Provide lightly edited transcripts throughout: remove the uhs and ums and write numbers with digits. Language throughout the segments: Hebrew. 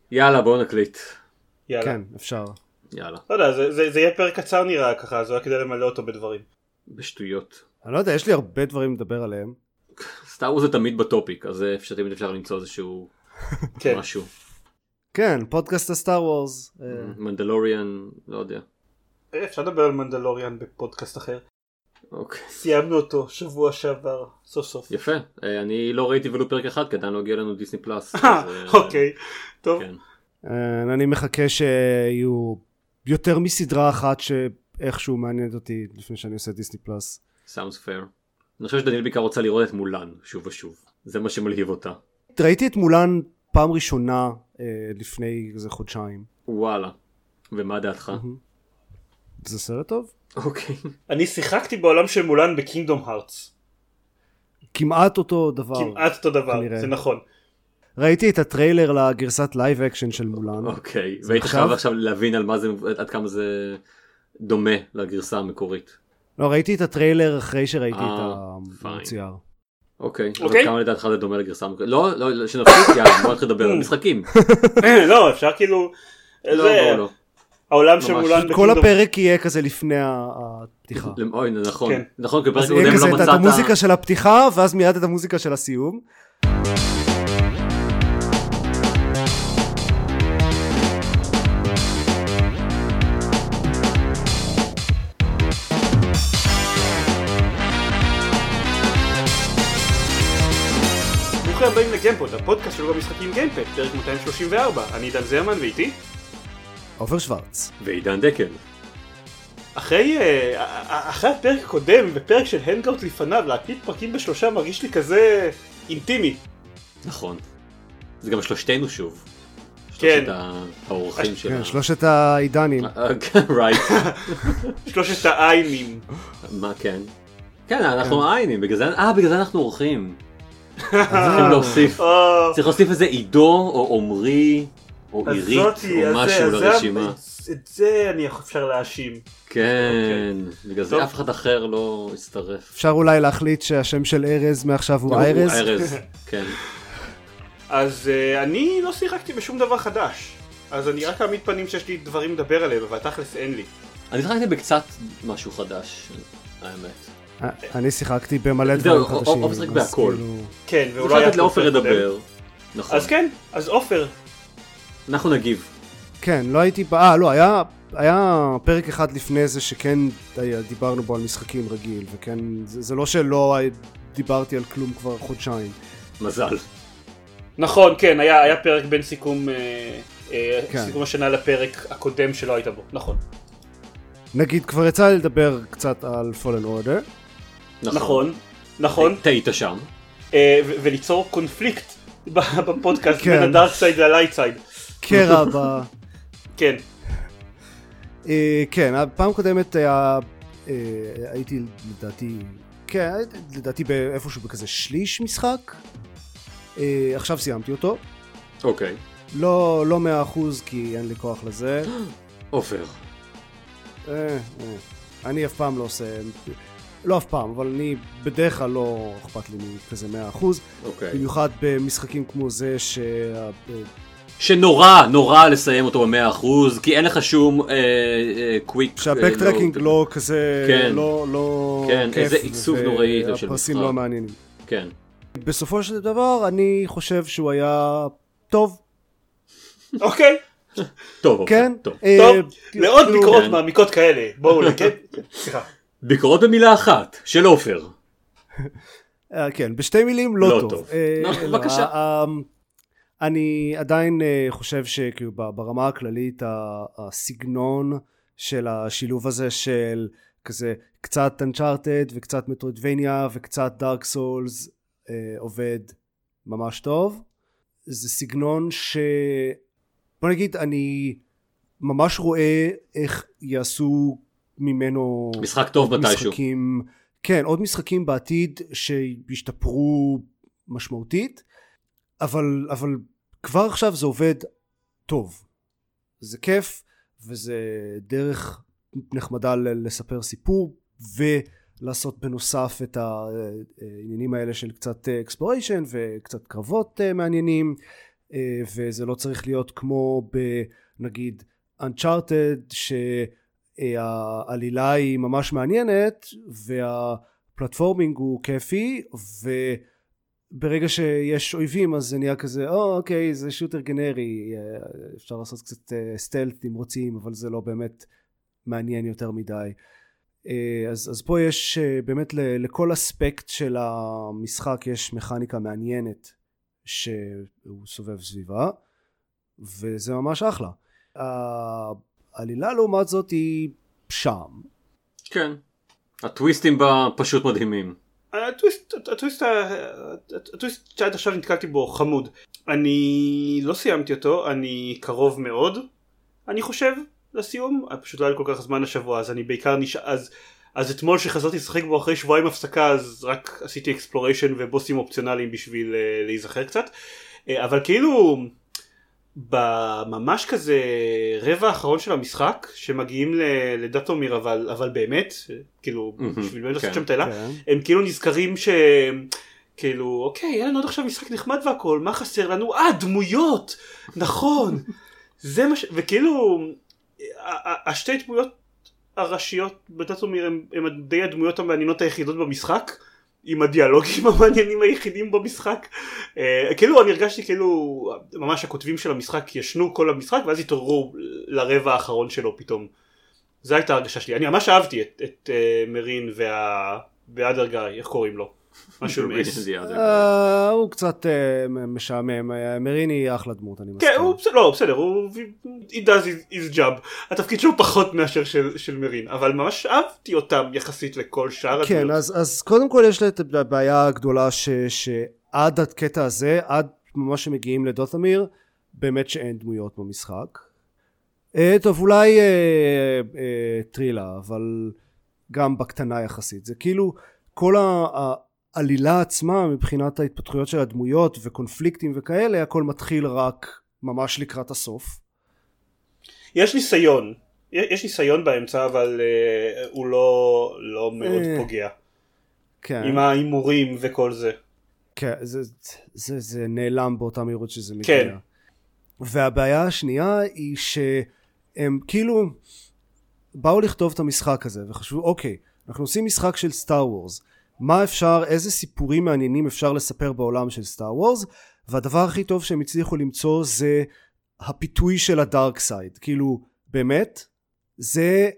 יאללה, בואו נקליט. יאללה. כן, אפשר. יאללה. לא יודע, זה יהיה פרק קצר נראה ככה, זה רק כדי למלא אותו בדברים. בשטויות. אני לא יודע, יש לי הרבה דברים לדבר עליהם. סטאר וורס זה תמיד בטופיק, אז תמיד אפשר למצוא איזשהו משהו. כן, פודקאסט הסטאר וורס. מנדלוריאן, לא יודע. אפשר לדבר על מנדלוריאן בפודקאסט אחר. אוקיי. סיימנו אותו שבוע שעבר, סוף סוף. יפה, אני לא ראיתי ולו פרק אחד, כי עדיין לא הגיע לנו דיסני פלאס. אוקיי, טוב. אני מחכה שיהיו יותר מסדרה אחת שאיכשהו מעניינת אותי לפני שאני עושה דיסני פלאס. Sounds fair. אני חושב שדניאל בעיקר רוצה לראות את מולן שוב ושוב. זה מה שמלהיב אותה. ראיתי את מולן פעם ראשונה לפני איזה חודשיים. וואלה. ומה דעתך? זה סרט טוב? אוקיי. אני שיחקתי בעולם של מולן בקינגדום הארטס. כמעט אותו דבר. כמעט אותו דבר, כנראה. זה נכון. ראיתי את הטריילר לגרסת לייב אקשן של מולן. אוקיי. והיית חייב עכשיו להבין על מה זה, עד כמה זה דומה לגרסה המקורית. לא, ראיתי את הטריילר אחרי שראיתי את המוציאר. אוקיי. אז כמה לדעתך זה דומה לגרסה המקורית? לא, שנפסיק, יאללה, בוא נתחיל לדבר על משחקים. לא, אפשר כאילו... לא. העולם של מולן כל הפרק יהיה כזה לפני הפתיחה. אוי, נכון. נכון, כי בפרק אז יהיה קודם לא כזה את מצאת... המוזיקה של הפתיחה, ואז מיד את המוזיקה של הסיום. ברוכים הבאים לגיימפוד, הפודקאסט של המשחקים גיימפד, פרק 234. אני עידן זרמן ואיתי עופר שוורץ ועידן דקל. אחרי הפרק הקודם ופרק של הנגאוט לפניו, להקליט פרקים בשלושה מרגיש לי כזה אינטימי. נכון. זה גם שלושתנו שוב. כן. שלושת האורחים שלנו. כן, שלושת העידנים. רייט. שלושת העיינים. מה כן? כן, אנחנו העיינים, בגלל זה אנחנו אורחים. צריכים להוסיף. צריך להוסיף איזה עידו או עומרי או עירית או משהו לרשימה. את זה אני אפשר להאשים. כן, בגלל זה אף אחד אחר לא יצטרף. אפשר אולי להחליט שהשם של ארז מעכשיו הוא ארז? ארז, כן. אז אני לא שיחקתי בשום דבר חדש. אז אני רק אעמיד פנים שיש לי דברים לדבר עליהם, אבל תכלס אין לי. אני שיחקתי בקצת משהו חדש, האמת. אני שיחקתי במלא דברים חדשים. אופר שיחק בהכל. כן, ואולי היה לאופר לדבר. נכון. אז כן, אז אופר. אנחנו נגיב. כן, לא הייתי, לא, היה פרק אחד לפני זה שכן דיברנו בו על משחקים רגיל, וכן, זה לא שלא דיברתי על כלום כבר חודשיים. מזל. נכון, כן, היה פרק בין סיכום השנה לפרק הקודם שלא היית בו, נכון. נגיד, כבר יצא לי לדבר קצת על Fallen Order. נכון. היית שם. וליצור קונפליקט בפודקאסט בין הדארק סייד ללייט סייד. קרע כן. כן, הפעם קודמת הייתי לדעתי באיפשהו בכזה שליש משחק. עכשיו סיימתי אותו. אוקיי. לא 100% כי אין לי כוח לזה. אופר. אני אף פעם לא עושה, לא אף פעם, אבל אני בדרך כלל לא אכפת לי מכזה 100%. אוקיי. במיוחד במשחקים כמו זה שנורא לסיים אותו ב100%, כי אין לך שום קוויק. שהבקטרקינג לא כזה, כן. לא כן, כיף, איזה עיצוב נוראי של והפרסים משחק. לא מעניינים. כן. בסופו של דבר אני חושב שהוא היה טוב. אוקיי. טוב, כן. טוב. לעוד ביקורות מעמיקות כאלה, בואו כן. סליחה. ביקורות במילה אחת, של אופר. כן, בשתי מילים לא טוב. בבקשה. אני עדיין חושב שכאילו ברמה הכללית הסגנון של השילוב הזה של כזה קצת Uncharted וקצת מטרוידבניה וקצת דארק סולס עובד ממש טוב. זה סגנון בוא נגיד אני ממש רואה איך יעשו ממנו משחק טוב מתישהו. כן, עוד משחקים בעתיד שישתפרו משמעותית. אבל כבר עכשיו זה עובד טוב. זה כיף, וזה דרך נחמדה לספר סיפור, ולעשות בנוסף את העניינים האלה של קצת exploration, וקצת קרבות מעניינים, וזה לא צריך להיות כמו נגיד Uncharted שהעלילה היא ממש מעניינת והפלטפורמינג הוא כיפי וברגע שיש אויבים אז זה נהיה כזה אוקיי זה שוטר גנרי, אפשר לעשות קצת סטלט אם רוצים אבל זה לא באמת מעניין יותר מדי. אז פה יש באמת לכל אספקט של המשחק יש מכניקה מעניינת שהוא סובב סביבה וזה ממש אחלה. העלילה לעומת זאת היא שם. כן. הטוויסטים בה פשוט מדהימים. הטוויסט שעד עכשיו נתקלתי בו חמוד. אני לא סיימתי אותו, אני קרוב מאוד, אני חושב, לסיום. פשוט לא היה לי כל כך זמן השבוע, אז אני בעיקר אז אתמול שחזרתי לשחק בו אחרי שבועיים הפסקה, אז רק עשיתי אקספלוריישן ובוסים אופציונליים בשביל להיזכר קצת. אבל כאילו בממש כזה רבע האחרון של המשחק שמגיעים לדאטומיר אבל באמת כאילו בשביל באמת לעשות שם את האלה הם כאילו נזכרים כאילו אוקיי היה לנו עוד עכשיו משחק נחמד והכל מה חסר לנו דמויות נכון זה מה וכאילו השתי דמויות הראשיות בדאטומיר הם די הדמויות המעניינות היחידות במשחק עם הדיאלוגים המעניינים היחידים במשחק. כאילו אני הרגשתי כאילו ממש הכותבים של המשחק ישנו כל המשחק ואז התעוררו לרבע האחרון שלו פתאום. זו הייתה הרגשה שלי. אני ממש אהבתי את מרין והאדר גיא, איך קוראים לו? משהו עם אס. הוא קצת משעמם. מרין היא אחלה דמות אני מסכים. כן, לא, בסדר, he does his job. התפקיד שלו פחות מאשר של מרין, אבל ממש אהבתי אותם יחסית לכל שאר הדמות. כן, אז קודם כל יש לי את הבעיה הגדולה שעד הקטע הזה, עד ממש שמגיעים לדות'מיר, באמת שאין דמויות במשחק. טוב, אולי טרילה, אבל גם בקטנה יחסית. זה כאילו כל העלילה עצמה מבחינת ההתפתחויות של הדמויות וקונפליקטים וכאלה, הכל מתחיל רק ממש לקראת הסוף. יש ניסיון באמצע, אבל הוא לא מאוד פוגע. כן. עם האימורים וכל זה. כן, זה נעלם באותה מהירות שזה מגיע. כן. והבעיה השנייה היא שהם כאילו באו לכתוב את המשחק הזה וחשבו אוקיי, אנחנו עושים משחק של סטאר וורס, מה אפשר, איזה סיפורים מעניינים אפשר לספר בעולם של סטאר וורס, והדבר הכי טוב שהם הצליחו למצוא זה הפיתוי של הדארק סייד, כאילו באמת זה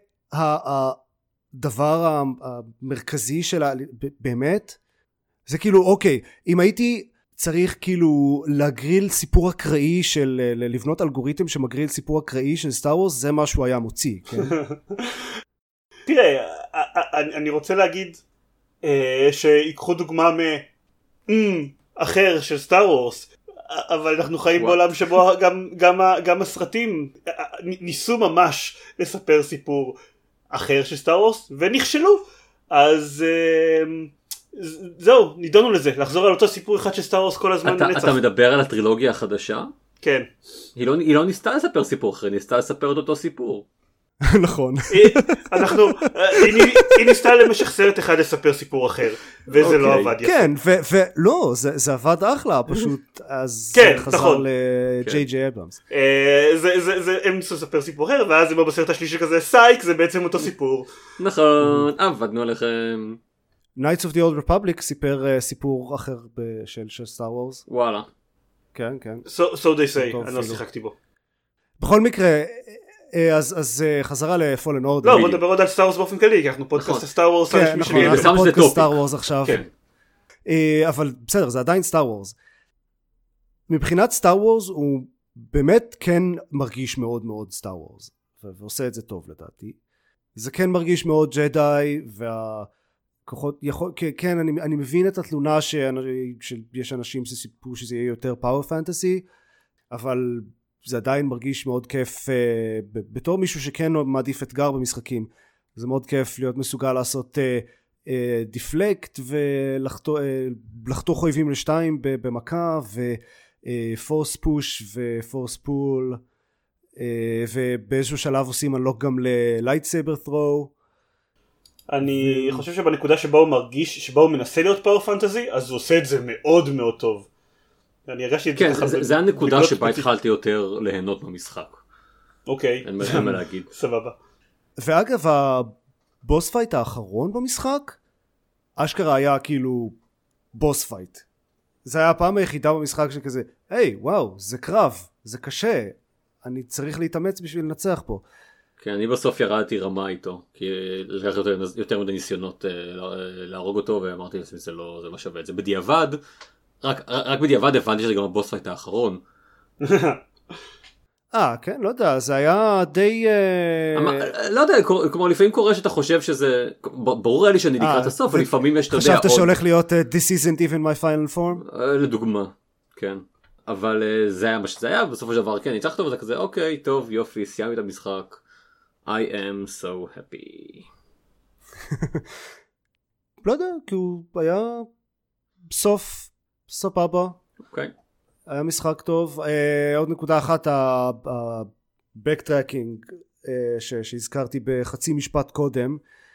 הדבר המרכזי של באמת, זה כאילו אוקיי, אם הייתי צריך כאילו להגריל סיפור אקראי של, לבנות אלגוריתם שמגריל סיפור אקראי של סטאר וורס, זה מה שהוא היה מוציא, כן? תראה, אני רוצה להגיד שיקחו דוגמה אחר של סטאר וורס, אבל אנחנו חיים בעולם שבו גם הסרטים ניסו ממש לספר סיפור אחר של סטאר וורס ונכשלו, אז זהו, נידונו לזה, לחזור על אותו סיפור אחד של סטאר וורס כל הזמן לנצח. אתה מדבר על הטרילוגיה החדשה? כן. היא לא ניסתה לספר סיפור אחר, היא ניסתה לספר את אותו סיפור. נכון. היא ניסתה למשך סרט אחד לספר סיפור אחר, וזה לא עבד יפה. כן, ולא, זה עבד אחלה, פשוט אז חזר לג'יי ג'יי אברמס. הם ניסו לספר סיפור אחר, ואז הם בסרט השלישי כזה, סייק, זה בעצם אותו סיפור. נכון, עבדנו עליכם. Knights of the Old Republic סיפר סיפור אחר של סטאר וורס. וואלה. כן, כן. So they say, אני לא שיחקתי בו. בכל מקרה, אז חזרה לפולן אורדר. לא, בוא נדבר עוד על סטאר וורס באופן כללי, כי אנחנו פודקאסט סטאר וורס. כן, אנחנו פודקאסט סטאר וורס עכשיו. אבל בסדר, זה עדיין סטאר וורס. מבחינת סטאר וורס הוא באמת כן מרגיש מאוד מאוד סטאר וורס, ועושה את זה טוב לדעתי. זה כן מרגיש מאוד ג'די, כן, אני מבין את התלונה שיש אנשים שסיפרו שזה יהיה יותר פאוור פנטסי, אבל זה עדיין מרגיש מאוד כיף, בתור מישהו שכן מעדיף אתגר במשחקים, זה מאוד כיף להיות מסוגל לעשות דיפלקט ולחתוך אויבים לשתיים במכה, ופורס פוש ופורס פול, ובאיזשהו שלב עושים אנלוק גם ללייטסייבר ת'רו. אני חושב שבנקודה שבה הוא מרגיש, שבה הוא מנסה להיות פאוור פנטזי, אז הוא עושה את זה מאוד מאוד טוב. אני הרגשתי את זה. כן, זה הנקודה שבה התחלתי יותר ליהנות מהמשחק. אוקיי. אין מה להגיד. סבבה. ואגב, הבוס פייט האחרון במשחק, אשכרה היה כאילו בוס פייט. זה היה הפעם היחידה במשחק שכזה, היי, וואו, זה קרב, זה קשה, אני צריך להתאמץ בשביל לנצח פה. כן, אני בסוף ירדתי רמה איתו, כי לקח יותר מדי ניסיונות להרוג אותו, ואמרתי לעצמי, זה לא, זה מה שווה את זה. בדיעבד, רק בדיעבד הבנתי שזה גם הבוס פייט האחרון. כן, לא יודע, זה היה די... לא יודע, כמו לפעמים קורה שאתה חושב שזה... ברור היה לי שאני לקראת הסוף, ולפעמים יש, אתה יודע... חשבת שהולך להיות This isn't even my final form? לדוגמה, כן. אבל זה היה מה שזה היה, בסופו של דבר, כן, ניצחת וזה כזה, אוקיי, טוב, יופי, סיימתי את המשחק. I am so happy. לא יודע, כי הוא היה סוף סבבה. אוקיי. היה משחק טוב. עוד נקודה אחת, ה-backtracking שהזכרתי בחצי משפט קודם,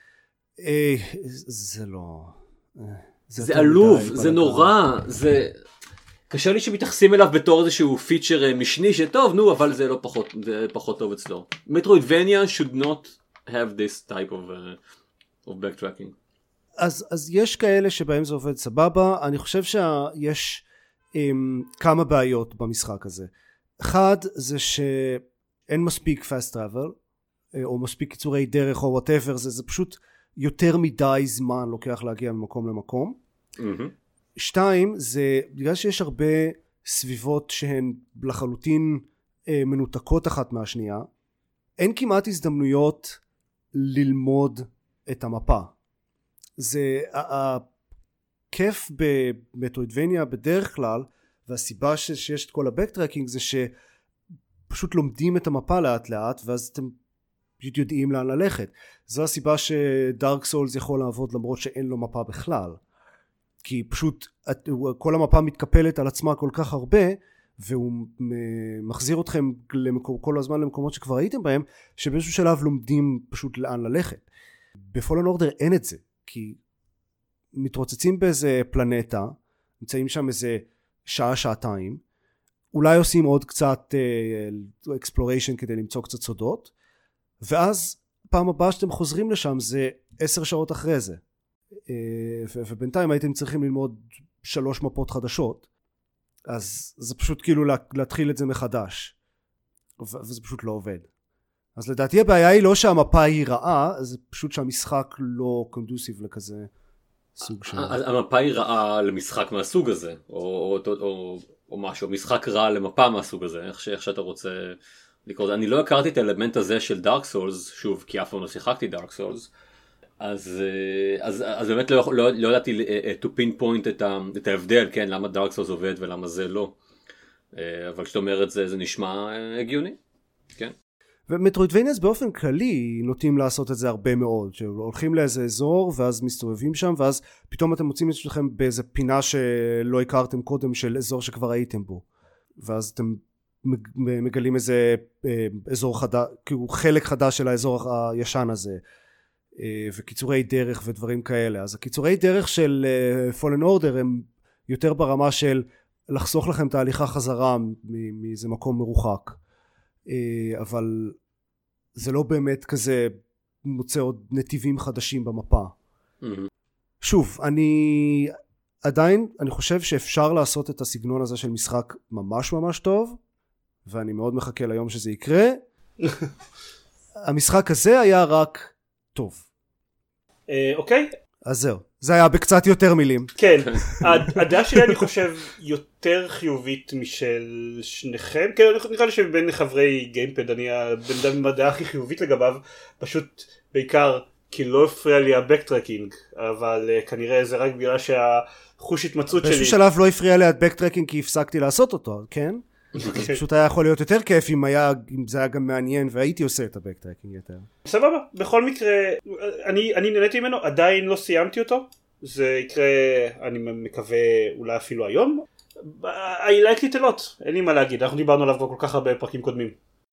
זה לא... זה עלוב, זה נורא, זה... קשה לי שמתייחסים אליו בתור איזשהו פיצ'ר משני שטוב, נו, אבל זה לא פחות טוב אצלו. מטרוידבניה should not have this type of backtracking. אז יש כאלה שבהם זה עובד סבבה. אני חושב שיש כמה בעיות במשחק הזה. אחד זה שאין מספיק fast travel, או מספיק קיצורי דרך או whatever, זה פשוט יותר מדי זמן לוקח להגיע ממקום למקום. שתיים, זה בגלל שיש הרבה סביבות שהן לחלוטין מנותקות אחת מהשנייה, אין כמעט הזדמנויות ללמוד את המפה. זה הכיף במטרוידבניה בדרך כלל, והסיבה שיש את כל הבקטרקינג זה שפשוט לומדים את המפה לאט לאט, ואז אתם פשוט יודעים לאן ללכת. זו הסיבה שדארק סולס יכול לעבוד למרות שאין לו מפה בכלל. כי פשוט כל המפה מתקפלת על עצמה כל כך הרבה, והוא מחזיר אתכם כל הזמן למקומות שכבר הייתם בהם, שבאיזשהו שלב לומדים פשוט לאן ללכת. בפולן אורדר אין את זה, כי מתרוצצים באיזה פלנטה, נמצאים שם איזה שעה-שעתיים, אולי עושים עוד קצת exploration כדי למצוא קצת סודות, ואז פעם הבאה שאתם חוזרים לשם זה 10 שעות אחרי זה. ובינתיים הייתם צריכים ללמוד 3 מפות חדשות, אז זה פשוט כאילו להתחיל את זה מחדש, וזה פשוט לא עובד. אז לדעתי הבעיה היא לא שהמפה היא רעה, זה פשוט שהמשחק לא קונדוסיב לכזה סוג של... המפה היא רעה למשחק מהסוג הזה, או משהו, משחק רע למפה מהסוג הזה, איך שאתה רוצה לקרוא. אני לא הכרתי את האלמנט הזה של דארק סולס, שוב, כי אף פעם לא שיחקתי דארק סולס, אז באמת לא ידעתי to pinpoint את ההבדל, כן, למה דארק סולס עובד ולמה זה לא. אבל כשאתה אומר את זה, זה נשמע הגיוני, כן. ומטרוידבניאס באופן כללי נוטים לעשות את זה הרבה מאוד, שהולכים לאיזה אזור ואז מסתובבים שם, ואז פתאום אתם מוצאים את שלכם באיזה פינה שלא הכרתם קודם של אזור שכבר הייתם בו, ואז אתם מגלים איזה אזור חדש, כאילו חלק חדש של האזור הישן הזה, וקיצורי דרך ודברים כאלה. אז הקיצורי דרך של Fallen Order הם יותר ברמה של לחסוך לכם את ההליכה חזרה מאיזה מקום מרוחק, אבל זה לא באמת כזה מוצא עוד נתיבים חדשים במפה. שוב, אני חושב שאפשר לעשות את הסגנון הזה של משחק ממש ממש טוב, ואני מאוד מחכה ליום שזה יקרה. המשחק הזה היה רק טוב. אוקיי. אז זהו, זה היה בקצת יותר מילים. כן, הדעה שלי אני חושב יותר חיובית משל שניכם, כן, נראה לי שבין חברי גיימפד אני הבן אדם עם הדעה הכי חיובית לגביו, פשוט בעיקר כי לא הפריע לי הבקטרקינג, אבל כנראה זה רק בגלל שהחוש התמצאות שלי... באיזשהו שלב לא הפריע לי הבקטרקינג כי הפסקתי לעשות אותו, כן? פשוט היה יכול להיות יותר כיף אם זה היה גם מעניין והייתי עושה את הבקטרקינג יותר. סבבה, בכל מקרה אני נהניתי ממנו, עדיין לא סיימתי אותו, זה יקרה אני מקווה אולי אפילו היום. I like it a lot, אין לי מה להגיד, אנחנו דיברנו עליו כל כך הרבה פרקים קודמים.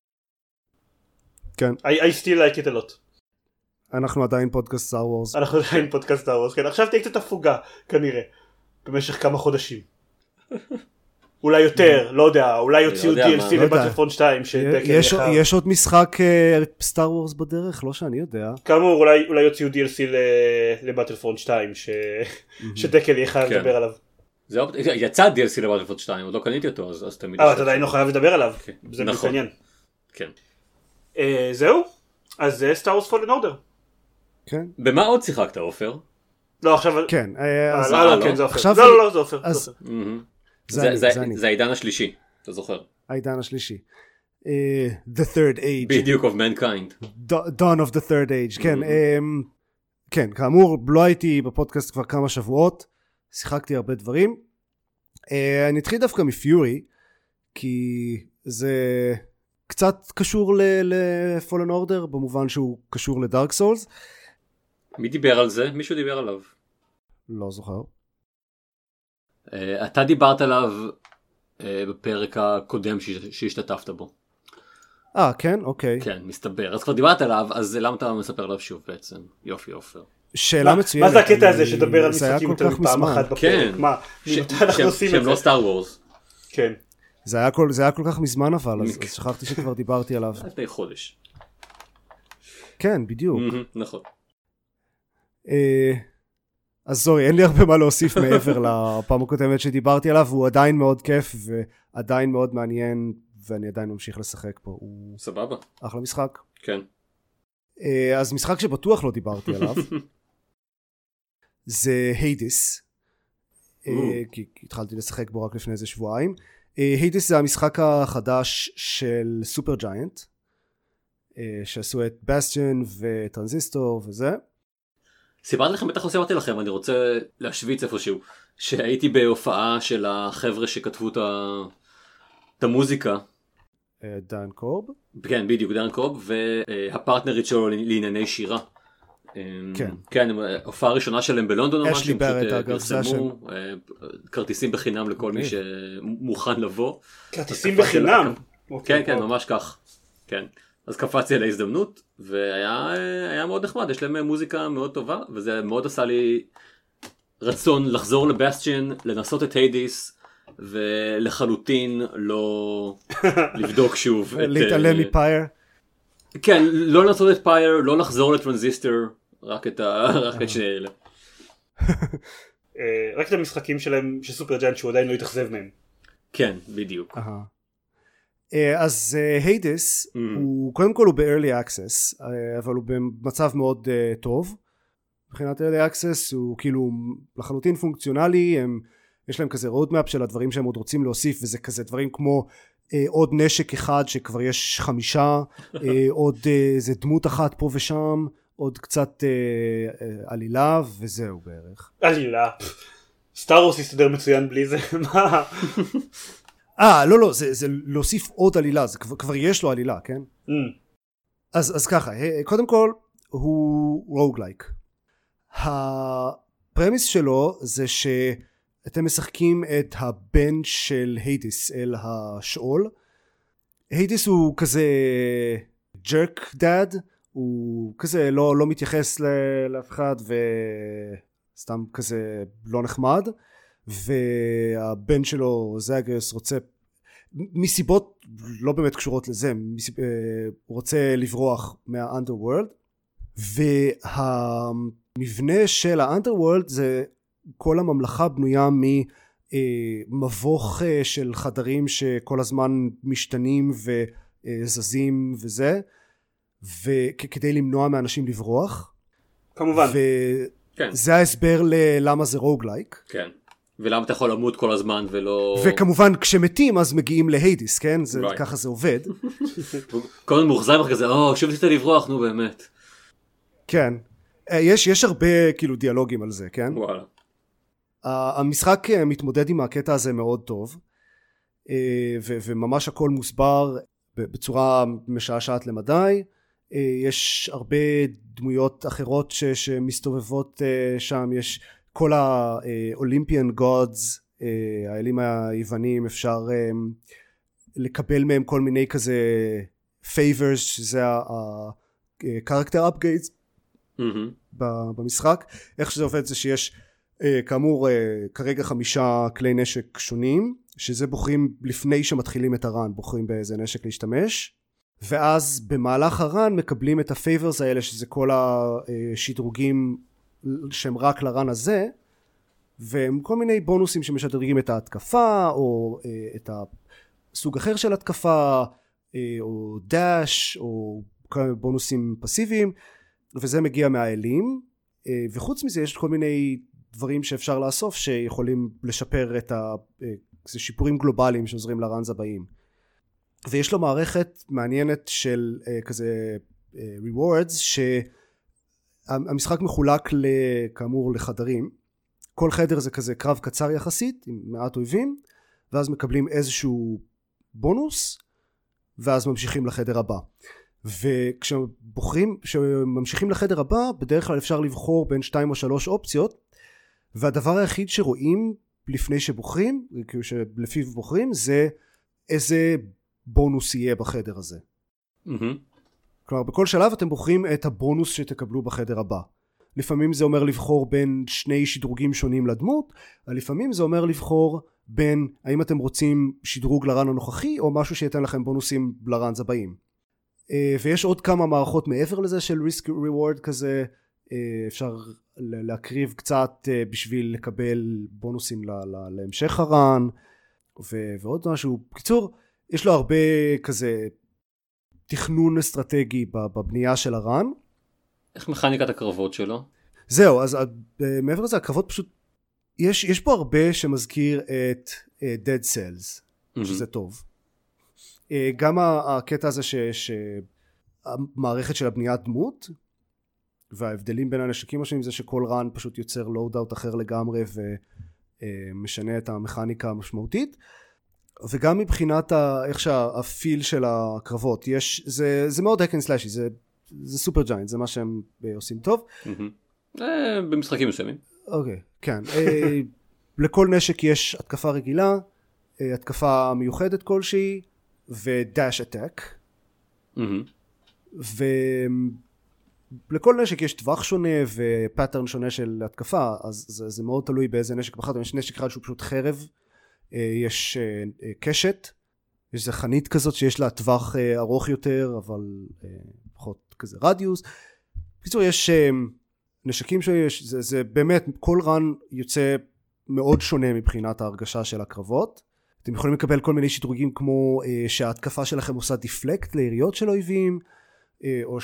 כן. I still like it a lot. אנחנו עדיין פודקאסט סטאר וורס. אנחנו עדיין פודקאסט סטאר וורס, כן, עכשיו תהיה קצת הפוגה כנראה במשך כמה חודשים. אולי יותר, לא יודע, אולי יוציאו DLC לבטלפרונט 2. יש עוד משחק סטאר וורס בדרך? לא שאני יודע. כאמור, אולי יוציאו DLC לבטלפרונט 2 שדקל יהיה חייב לדבר עליו. יצא DLC לבטלפרונט 2, עוד לא קניתי אותו, אז תמיד... אתה עדיין לא חייב לדבר עליו, זה מעניין. כן. זהו? אז זה סטאר וורס פולן אורדר. כן. במה עוד שיחקת, עופר? לא, עכשיו... כן. כן, זה עופר. לא, זה עופר. זה העידן השלישי, אתה זוכר. העידן השלישי. The Third Age. בדיוק of Mankind. Dawn of the Third Age, כן. כן, כאמור, לא הייתי בפודקאסט כבר כמה שבועות, שיחקתי הרבה דברים. אני אתחיל דווקא מפיורי, כי זה קצת קשור ל-Fallen Order, במובן שהוא קשור לדארק סולס. מי דיבר על זה? מישהו דיבר עליו. לא זוכר. אתה דיברת עליו בפרק הקודם שהשתתפת בו. כן? אוקיי. כן, מסתבר. אז כבר דיברת עליו, אז למה אתה מספר עליו שוב בעצם? יופי, עופר. שאלה מצוינת. מה זה הקטע הזה שדבר על משחקים יותר פעם אחת בפרק? כן. מה? שהם לא סטאר וורס. כן. זה היה כל כך מזמן אבל, אז שכחתי שכבר דיברתי עליו. לפני חודש. כן, בדיוק. נכון. אז סורי, אין לי הרבה מה להוסיף מעבר לפעם הקודמת שדיברתי עליו, הוא עדיין מאוד כיף ועדיין מאוד מעניין, ואני עדיין ממשיך לשחק פה. הוא סבבה. אחלה משחק. כן. אז משחק שבטוח לא דיברתי עליו, זה היידיס, כי התחלתי לשחק בו רק לפני איזה שבועיים. היידיס זה המשחק החדש של סופר ג'יינט, שעשו את בסטיון וטרנזיסטור וזה. סיפרתי לכם, בטח לא סיפרתי לכם, אני רוצה להשוויץ איפשהו, שהייתי בהופעה של החבר'ה שכתבו את המוזיקה. דן קורב? כן, בדיוק, דן קורב, והפרטנרית שלו לענייני שירה. כן. כן, הופעה ראשונה שלהם בלונדון. אשלי ברט, אגב, זה השם. כרטיסים בחינם לכל מי שמוכן לבוא. כרטיסים בחינם? כן, כן, ממש כך. כן. אז קפצתי על ההזדמנות, והיה מאוד נחמד, יש להם מוזיקה מאוד טובה, וזה מאוד עשה לי רצון לחזור לבסטיון, לנסות את היידיס, ולחלוטין לא לבדוק שוב. להתעלם מפייר? כן, לא לנסות את פייר, לא לחזור לטרנזיסטור, רק את שני אלה. רק את המשחקים שלהם, של סופר ג'יינט, שהוא עדיין לא יתאכזב מהם. כן, בדיוק. אז היידיס הוא קודם כל הוא ב-early access, אבל הוא במצב מאוד טוב. מבחינת early access הוא כאילו לחלוטין פונקציונלי, יש להם כזה roadmap של הדברים שהם עוד רוצים להוסיף, וזה כזה דברים כמו עוד נשק אחד שכבר יש 5, עוד איזה דמות אחת פה ושם, עוד קצת עלילה, וזהו בערך. עלילה? סטאר וורס יסתדר מצוין בלי זה? מה? לא, זה להוסיף עוד עלילה, זה כבר יש לו עלילה, כן? אז ככה, קודם כל, הוא רוגלייק. הפרמיס שלו זה שאתם משחקים את הבן של היידיס אל השאול. היידיס הוא כזה ג'רק דאד, הוא כזה לא מתייחס לאף אחד וסתם כזה לא נחמד. והבן שלו זאגרס רוצה מסיבות לא באמת קשורות לזה, הוא רוצה לברוח מהאנדרוורלד, והמבנה של האנדרוורלד זה כל הממלכה בנויה ממבוך של חדרים שכל הזמן משתנים וזזים וזה, וכדי למנוע מאנשים לברוח. כמובן. וזה ההסבר ללמה זה רוגלייק. כן. ולמה אתה יכול למות כל הזמן ולא... וכמובן כשמתים אז מגיעים להיידיס, כן? ככה זה עובד. כל הזמן מוחזר לך כזה, שוב ניסית לברוח, נו באמת. כן. יש הרבה כאילו דיאלוגים על זה, כן? וואלה. המשחק מתמודד עם הקטע הזה מאוד טוב, וממש הכל מוסבר בצורה משעשעת למדי. יש הרבה דמויות אחרות שמסתובבות שם, יש... כל האולימפיאן גודס, האלים היוונים, אפשר לקבל מהם כל מיני כזה favors, שזה ה-character upgrades במשחק. איך שזה עובד זה שיש כאמור כרגע 5 כלי נשק שונים, שזה בוחרים לפני שמתחילים את הרן, בוחרים באיזה נשק להשתמש, ואז במהלך הרן מקבלים את הפייברס האלה, שזה כל השדרוגים שהם רק לרן הזה, והם כל מיני בונוסים שמשדרגים את ההתקפה, או את הסוג אחר של התקפה, או דאש, או בונוסים פסיביים, וזה מגיע מהאלים, וחוץ מזה יש כל מיני דברים שאפשר לאסוף, שיכולים לשפר את זה שיפורים גלובליים שעוזרים לראנז הבאים. ויש לו מערכת מעניינת של כזה rewards, שהמשחק מחולק כאמור לחדרים. כל חדר זה כזה קרב קצר יחסית, עם מעט אויבים, ואז מקבלים איזשהו בונוס, ואז ממשיכים לחדר הבא. וכשממשיכים לחדר הבא, בדרך כלל אפשר לבחור בין 2 או 3 אופציות, והדבר היחיד שרואים לפני שבוחרים, שלפיו בוחרים, זה איזה בונוס יהיה בחדר הזה. כלומר, בכל שלב אתם בוחרים את הבונוס שתקבלו בחדר הבא. לפעמים זה אומר לבחור בין 2 שדרוגים שונים לדמות, לפעמים זה אומר לבחור בין האם אתם רוצים שדרוג לרן הנוכחי, או משהו שייתן לכם בונוסים לרנז הבאים. ויש עוד כמה מערכות מעבר לזה של risk reward כזה, אפשר להקריב קצת בשביל לקבל בונוסים להמשך הרן, ועוד משהו. בקיצור, יש לו הרבה כזה תכנון אסטרטגי בבנייה של הרן. איך מכניקת הקרבות שלו? זהו, אז מעבר לזה הקרבות פשוט, יש פה הרבה שמזכיר את Dead Cells, שזה טוב. גם הקטע הזה שהמערכת של הבניית דמות, וההבדלים בין הנשקים השונים זה שכל רן פשוט יוצר לואוד-אוט אחר לגמרי ומשנה את המכניקה המשמעותית, וגם מבחינת איך שהפיל של הקרבות, זה מאוד hack and slash, זה סופר ג'יינט, זה מה שהם עושים טוב. במשחקים מסוימים. אוקיי, כן. לכל נשק יש התקפה רגילה, התקפה מיוחדת כלשהי, ודאש אטק. ולכל נשק יש טווח שונה ופאטרן שונה של התקפה, אז זה מאוד תלוי באיזה נשק בחרת. יש נשק אחד שהוא פשוט חרב, יש קשת, יש איזה חנית כזאת שיש לה טווח ארוך יותר, אבל פחות כזה רדיוס. בקיצור, יש נשקים שיש, זה באמת, כל רן יוצא מאוד שונה מבחינת ההרגשה של הקרבות. אתם יכולים לקבל כל מיני שדרוגים כמו שההתקפה שלכם עושה דיפלקט ליריות של אויבים, או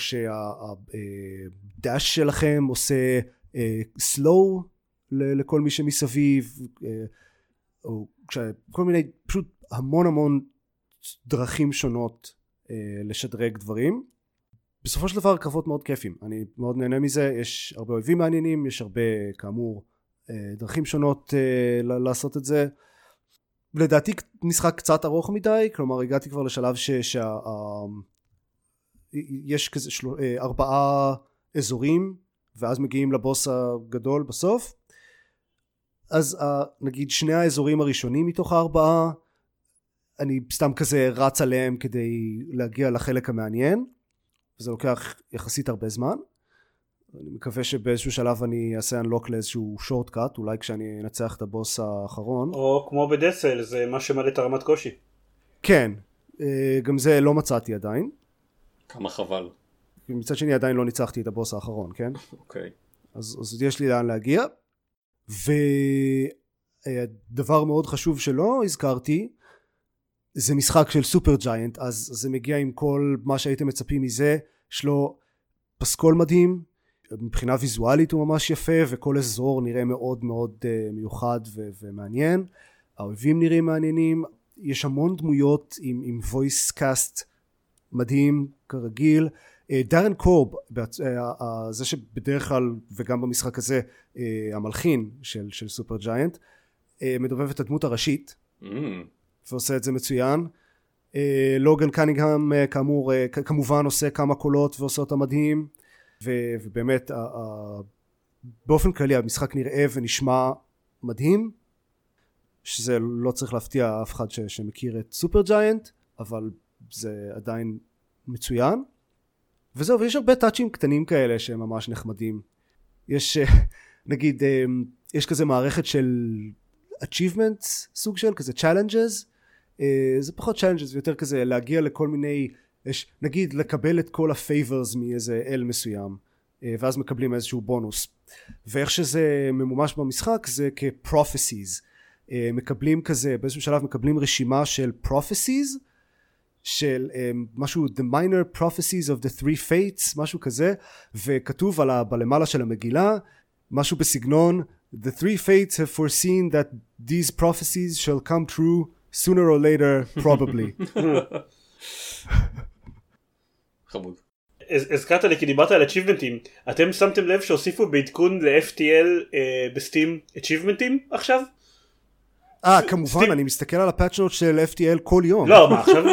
שהדאש שלכם עושה סלואו לכל מי שמסביב, או כל מיני, פשוט המון דרכים שונות לשדרג דברים. בסופו של דבר קרבות מאוד כיפים, אני מאוד נהנה מזה, יש הרבה אויבים מעניינים, יש הרבה כאמור דרכים שונות לעשות את זה. לדעתי משחק קצת ארוך מדי, כלומר הגעתי כבר לשלב יש כזה 4 אזורים, ואז מגיעים לבוס הגדול בסוף. אז נגיד 2 האזורים הראשונים מתוך 4, אני סתם כזה רץ עליהם כדי להגיע לחלק המעניין, וזה לוקח יחסית הרבה זמן. אני מקווה שבאיזשהו שלב אני אעשה unlock לאיזשהו shortcut, אולי כשאני אנצח את הבוס האחרון. או כמו בדסל, זה מה שמעלה את הרמת קושי. כן, גם זה לא מצאתי עדיין. כמה חבל. מצד שני עדיין לא ניצחתי את הבוס האחרון, כן? אוקיי. אז יש לי לאן להגיע. ודבר מאוד חשוב שלא הזכרתי, זה משחק של סופר ג'יינט, אז זה מגיע עם כל מה שהייתם מצפים מזה. יש לו פסקול מדהים, מבחינה ויזואלית הוא ממש יפה, וכל אזור נראה מאוד מאוד מיוחד ומעניין. האויבים נראים מעניינים, יש המון דמויות עם voice cast מדהים כרגיל. דארן קורב, זה שבדרך כלל וגם במשחק הזה המלחין של סופר ג'יינט, מדובב את הדמות הראשית ועושה את זה מצוין. לוגן קנינגהאם כאמור כמובן עושה כמה קולות ועושה אותה מדהים, ובאמת באופן כללי המשחק נראה ונשמע מדהים, שזה לא צריך להפתיע אף אחד שמכיר את סופר ג'יינט, אבל זה עדיין מצוין. וזהו, ויש הרבה טאצ'ים קטנים כאלה שהם ממש נחמדים. יש נגיד יש כזה מערכת של achievements סוג של כזה challenges, זה פחות challenges ויותר כזה להגיע לכל מיני, נגיד לקבל את כל הפייברס מאיזה אל מסוים, ואז מקבלים איזשהו בונוס, ואיך שזה ממומש במשחק זה כ-prophecies, מקבלים כזה, באיזשהו שלב מקבלים רשימה של prophecies, של משהו the minor prophecies of the three fates, משהו כזה, וכתוב בלמעלה של המגילה, משהו בסגנון, the three fates have foreseen that these prophecies shall come true sooner or later, probably. חמוד. הזכרת לי כי דיברת על achievementים, אתם שמתם לב שהוסיפו בעדכון ל-FTL בסטים achievementים עכשיו? כמובן, אני מסתכל על הפאץ' נוט של FTL כל יום. לא, מה עכשיו?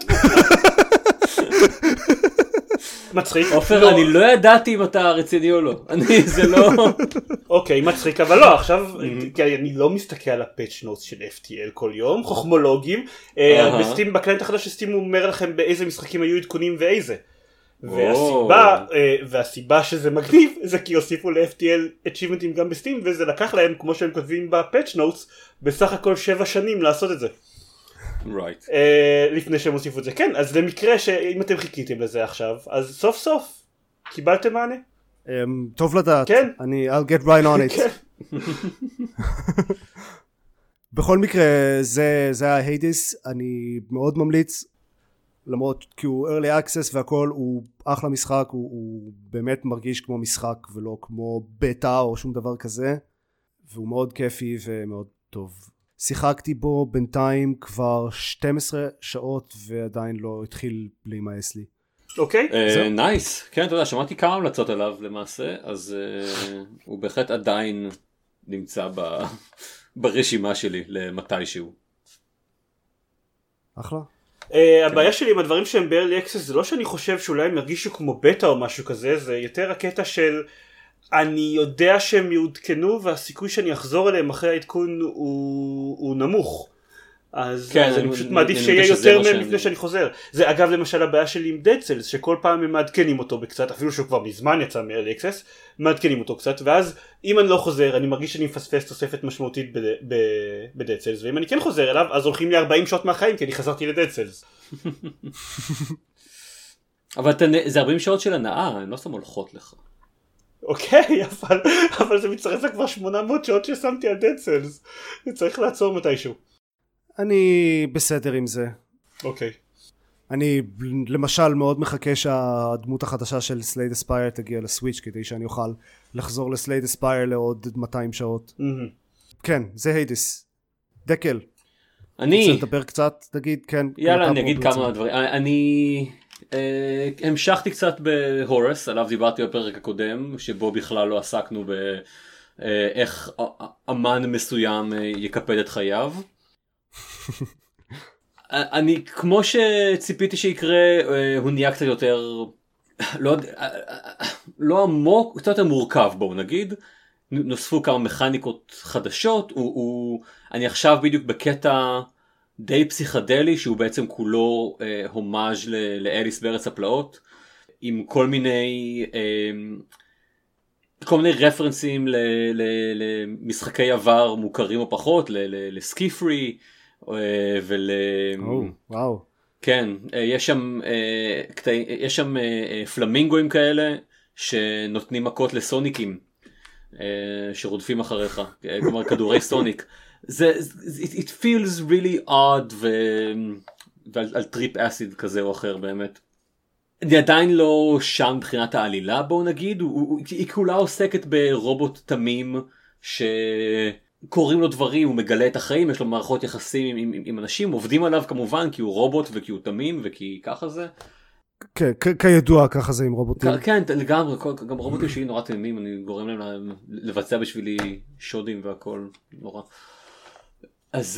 מצחיק. עופר, אני לא ידעתי אם אתה רציני או לא. זה לא... אוקיי, מצחיק, אבל לא, עכשיו, אני לא מסתכל על הפאץ' נוט של FTL כל יום, חוכמולוגים, בסטים, בקליינט החדש של סטים הוא אומר לכם באיזה משחקים היו עדכונים ואיזה. והסיבה שזה מגניב זה כי הוסיפו ל-FTL achievementים גם בסטים, וזה לקח להם, כמו שהם כותבים בפאץ' נוטס, בסך הכל 7 שנים לעשות את זה. Right. לפני שהם הוסיפו את זה. כן, אז למקרה שאם אתם חיכיתם לזה עכשיו, אז סוף סוף קיבלתם מענה. טוב לדעת. כן. I'll get right on it. בכל מקרה, זה ההיידיס, אני מאוד ממליץ, למרות כי הוא early access והכל, הוא אחלה משחק, הוא באמת מרגיש כמו משחק ולא כמו בטא או שום דבר כזה, והוא מאוד כיפי ומאוד טוב. שיחקתי בו בינתיים כבר 12 שעות ועדיין לא התחיל להימאס לי. אוקיי. נייס. כן, אתה יודע, שמעתי כמה המלצות עליו למעשה, אז הוא בהחלט עדיין נמצא ברשימה שלי למתישהו. אחלה. הבעיה שלי עם הדברים שהם ב-early access זה לא שאני חושב שאולי הם ירגישו כמו בטא או משהו כזה, זה יותר הקטע של אני יודע שהם יעודכנו והסיכוי שאני אחזור אליהם אחרי העדכון הוא נמוך, אז אני פשוט מעדיף שיהיה יותר מהם לפני שאני חוזר. זה אגב למשל הבעיה שלי עם Dead Cells, שכל פעם הם מעדכנים אותו בקצת, אפילו שהוא כבר מזמן יצא מ-early access, מעדכנים אותו קצת, ואז אם אני לא חוזר אני מרגיש שאני מפספס תוספת משמעותית ב-Dead Cells, ואם אני כן חוזר אליו אז הולכים לי 40 שעות מהחיים כי אני חזרתי ל-Dead Cells. אבל זה 40 שעות של הנאה, הן לא סתם הולכות לך. אוקיי, אבל זה מצטרף כבר 800 שעות ששמתי על Dead Cells, צריך לעצור מתישהו. אני בסדר עם זה. אוקיי. אני למשל מאוד מחכה שהדמות החדשה של סלייד אספייר תגיע לסוויץ' כדי שאני אוכל לחזור לסלייד אספייר לעוד 200 שעות. כן, זה היידיס. דקל. אני... רוצה לדבר קצת? תגיד, כן. יאללה, אני אגיד כמה דברים. אני... המשכתי קצת בהורס, עליו דיברתי בפרק הקודם, שבו בכלל לא עסקנו באיך אמן מסוים יקפד את חייו. אני, כמו שציפיתי שיקרה, הוא נהיה קצת יותר, לא עמוק, קצת יותר מורכב, בואו נגיד. נוספו כמה מכניקות חדשות, אני עכשיו בדיוק בקטע די פסיכדלי, שהוא בעצם כולו הומאז' לאליס בארץ הפלאות, עם כל מיני רפרנסים למשחקי עבר מוכרים או פחות, לסקיפרי, וואו. כן, יש שם פלמינגואים כאלה שנותנים מכות לסוניקים שרודפים אחריך, כלומר כדורי סוניק. it feels really odd ועל טריפ אסיד כזה או אחר באמת. אני עדיין לא שם מבחינת העלילה, בואו נגיד, היא כולה עוסקת ברובוט תמים שקוראים לו דברים, הוא מגלה את החיים, יש לו מערכות יחסים עם אנשים, עובדים עליו כמובן כי הוא רובוט וכי הוא תמים וכי ככה זה. כן, כידוע ככה זה עם רובוטים. כן, לגמרי, גם רובוטים שלי נורא תמימים, אני גורם להם לבצע בשבילי שודים והכל נורא. אז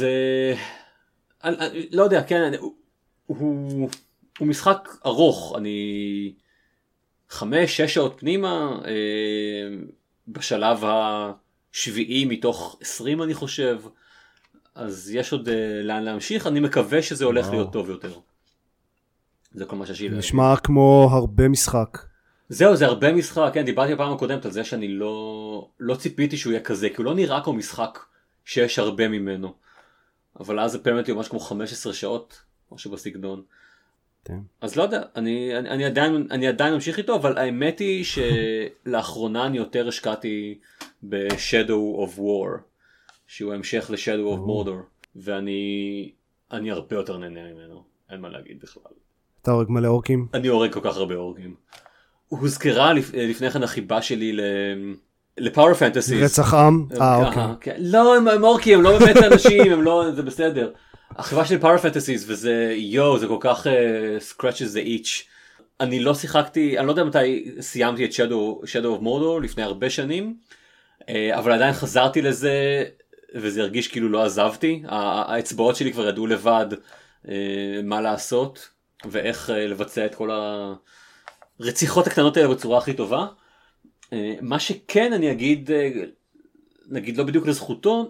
לא יודע, כן, הוא משחק ארוך, אני 5-6 שעות פנימה, בשלב השביעי מתוך 20 אני חושב, אז יש עוד לאן להמשיך, אני מקווה שזה הולך להיות טוב יותר. זה כל מה שיש לי. נשמע כמו הרבה משחק. זהו, זה הרבה משחק, כן, דיברתי בפעם הקודמת על זה שאני לא ציפיתי שהוא יהיה כזה, כי הוא לא נראה כמו משחק שיש הרבה ממנו. אבל אז זה באמת ממש כמו 15 שעות, משהו בסגנון. אז לא יודע, אני עדיין ממשיך איתו, אבל האמת היא שלאחרונה אני יותר השקעתי ב-Shadow of War, שהוא המשך ל-Shadow of Mordor, ואני הרבה יותר נהנה ממנו, אין מה להגיד בכלל. אתה הורג מלא אורקים? אני הורג כל כך הרבה אורקים. הוזכרה לפני כן החיבה שלי לפאור פנטסיס. רצח עם? אוקיי. לא, הם אורקים, הם לא באמת אנשים, זה בסדר. החיבה שלי פאור פנטסיס, וזה, זה כל כך scratches the itch. אני לא שיחקתי, אני לא יודע מתי סיימתי את Shadow of Mordor לפני הרבה שנים, אבל עדיין חזרתי לזה, וזה הרגיש כאילו לא עזבתי. האצבעות שלי כבר ידעו לבד מה לעשות, ואיך לבצע את כל הרציחות הקטנות האלה בצורה הכי טובה. מה שכן אני אגיד, נגיד לא בדיוק לזכותו,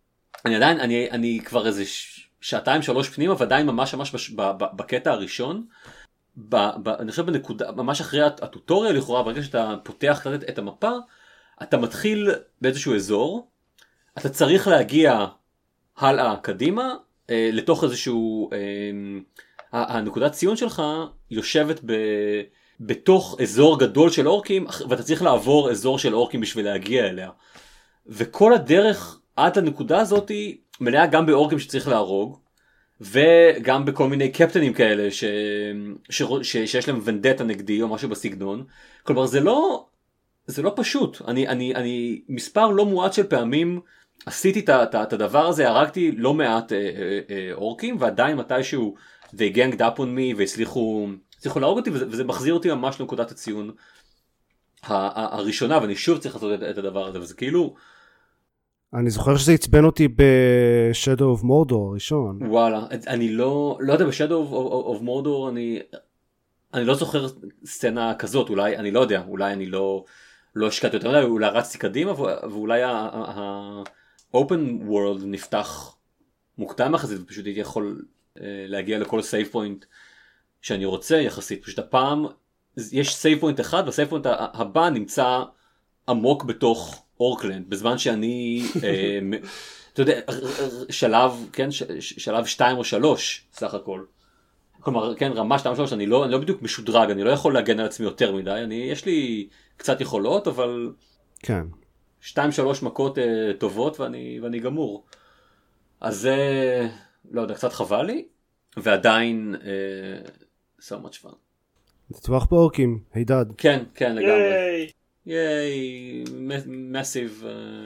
אני כבר איזה 2-3 פנימה, ועדיין ממש בקטע הראשון, אני חושב בנקודה, ממש אחרי הטוטוריאל לכאורה, ברגע שאתה פותח את המפה, אתה מתחיל באיזשהו אזור, אתה צריך להגיע הלאה קדימה, לתוך איזשהו, הנקודת ציון שלך יושבת בתוך אזור גדול של אורקים, ואתה צריך לעבור אזור של אורקים בשביל להגיע אליה. וכל הדרך עד לנקודה הזאת מלאה גם באורקים שצריך להרוג, וגם בכל מיני קפטנים כאלה שיש להם ונדטה נגדי או משהו בסגנון. כלומר זה לא פשוט. אני מספר לא מועט של פעמים עשיתי את הדבר הזה, הרגתי לא מעט אורקים, ועדיין מתישהו they ganged up on me והצליחו להרוג אותי, וזה מחזיר אותי ממש לנקודת הציון הראשונה, ואני שוב צריך לעשות את הדבר הזה, וזה כאילו... אני זוכר שזה הצבן אותי ב-Shadow of Mordor הראשון. וואלה, אני לא יודע, ב-Shadow of Mordor אני לא זוכר סצנה כזאת, אולי, אני לא יודע, אולי אני לא השקעתי יותר, אולי רצתי קדימה, ואולי ה-Open World נפתח מוקדם יחסית, ופשוט הייתי יכול להגיע לכל סייב פוינט שאני רוצה יחסית. פשוט הפעם יש סייב פוינט אחד, והסייב פוינט הבא נמצא עמוק בתוך אורקלנד, בזמן שאני, אתה יודע, שלב 2 או 3 סך הכל. כלומר, כן, רמה 2 או 3, אני לא בדיוק משודרג, אני לא יכול להגן על עצמי יותר מדי, יש לי קצת יכולות, אבל... כן. 2-3 מכות טובות ואני גמור. אז זה, לא יודע, קצת חבל לי, ועדיין so much fun. נטבח באורקים, הידד. כן, לגמרי. ייי, massive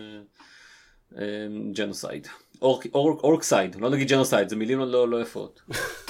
genocide. אורקסייד, לא נגיד genocide, זה מילים לא יפות.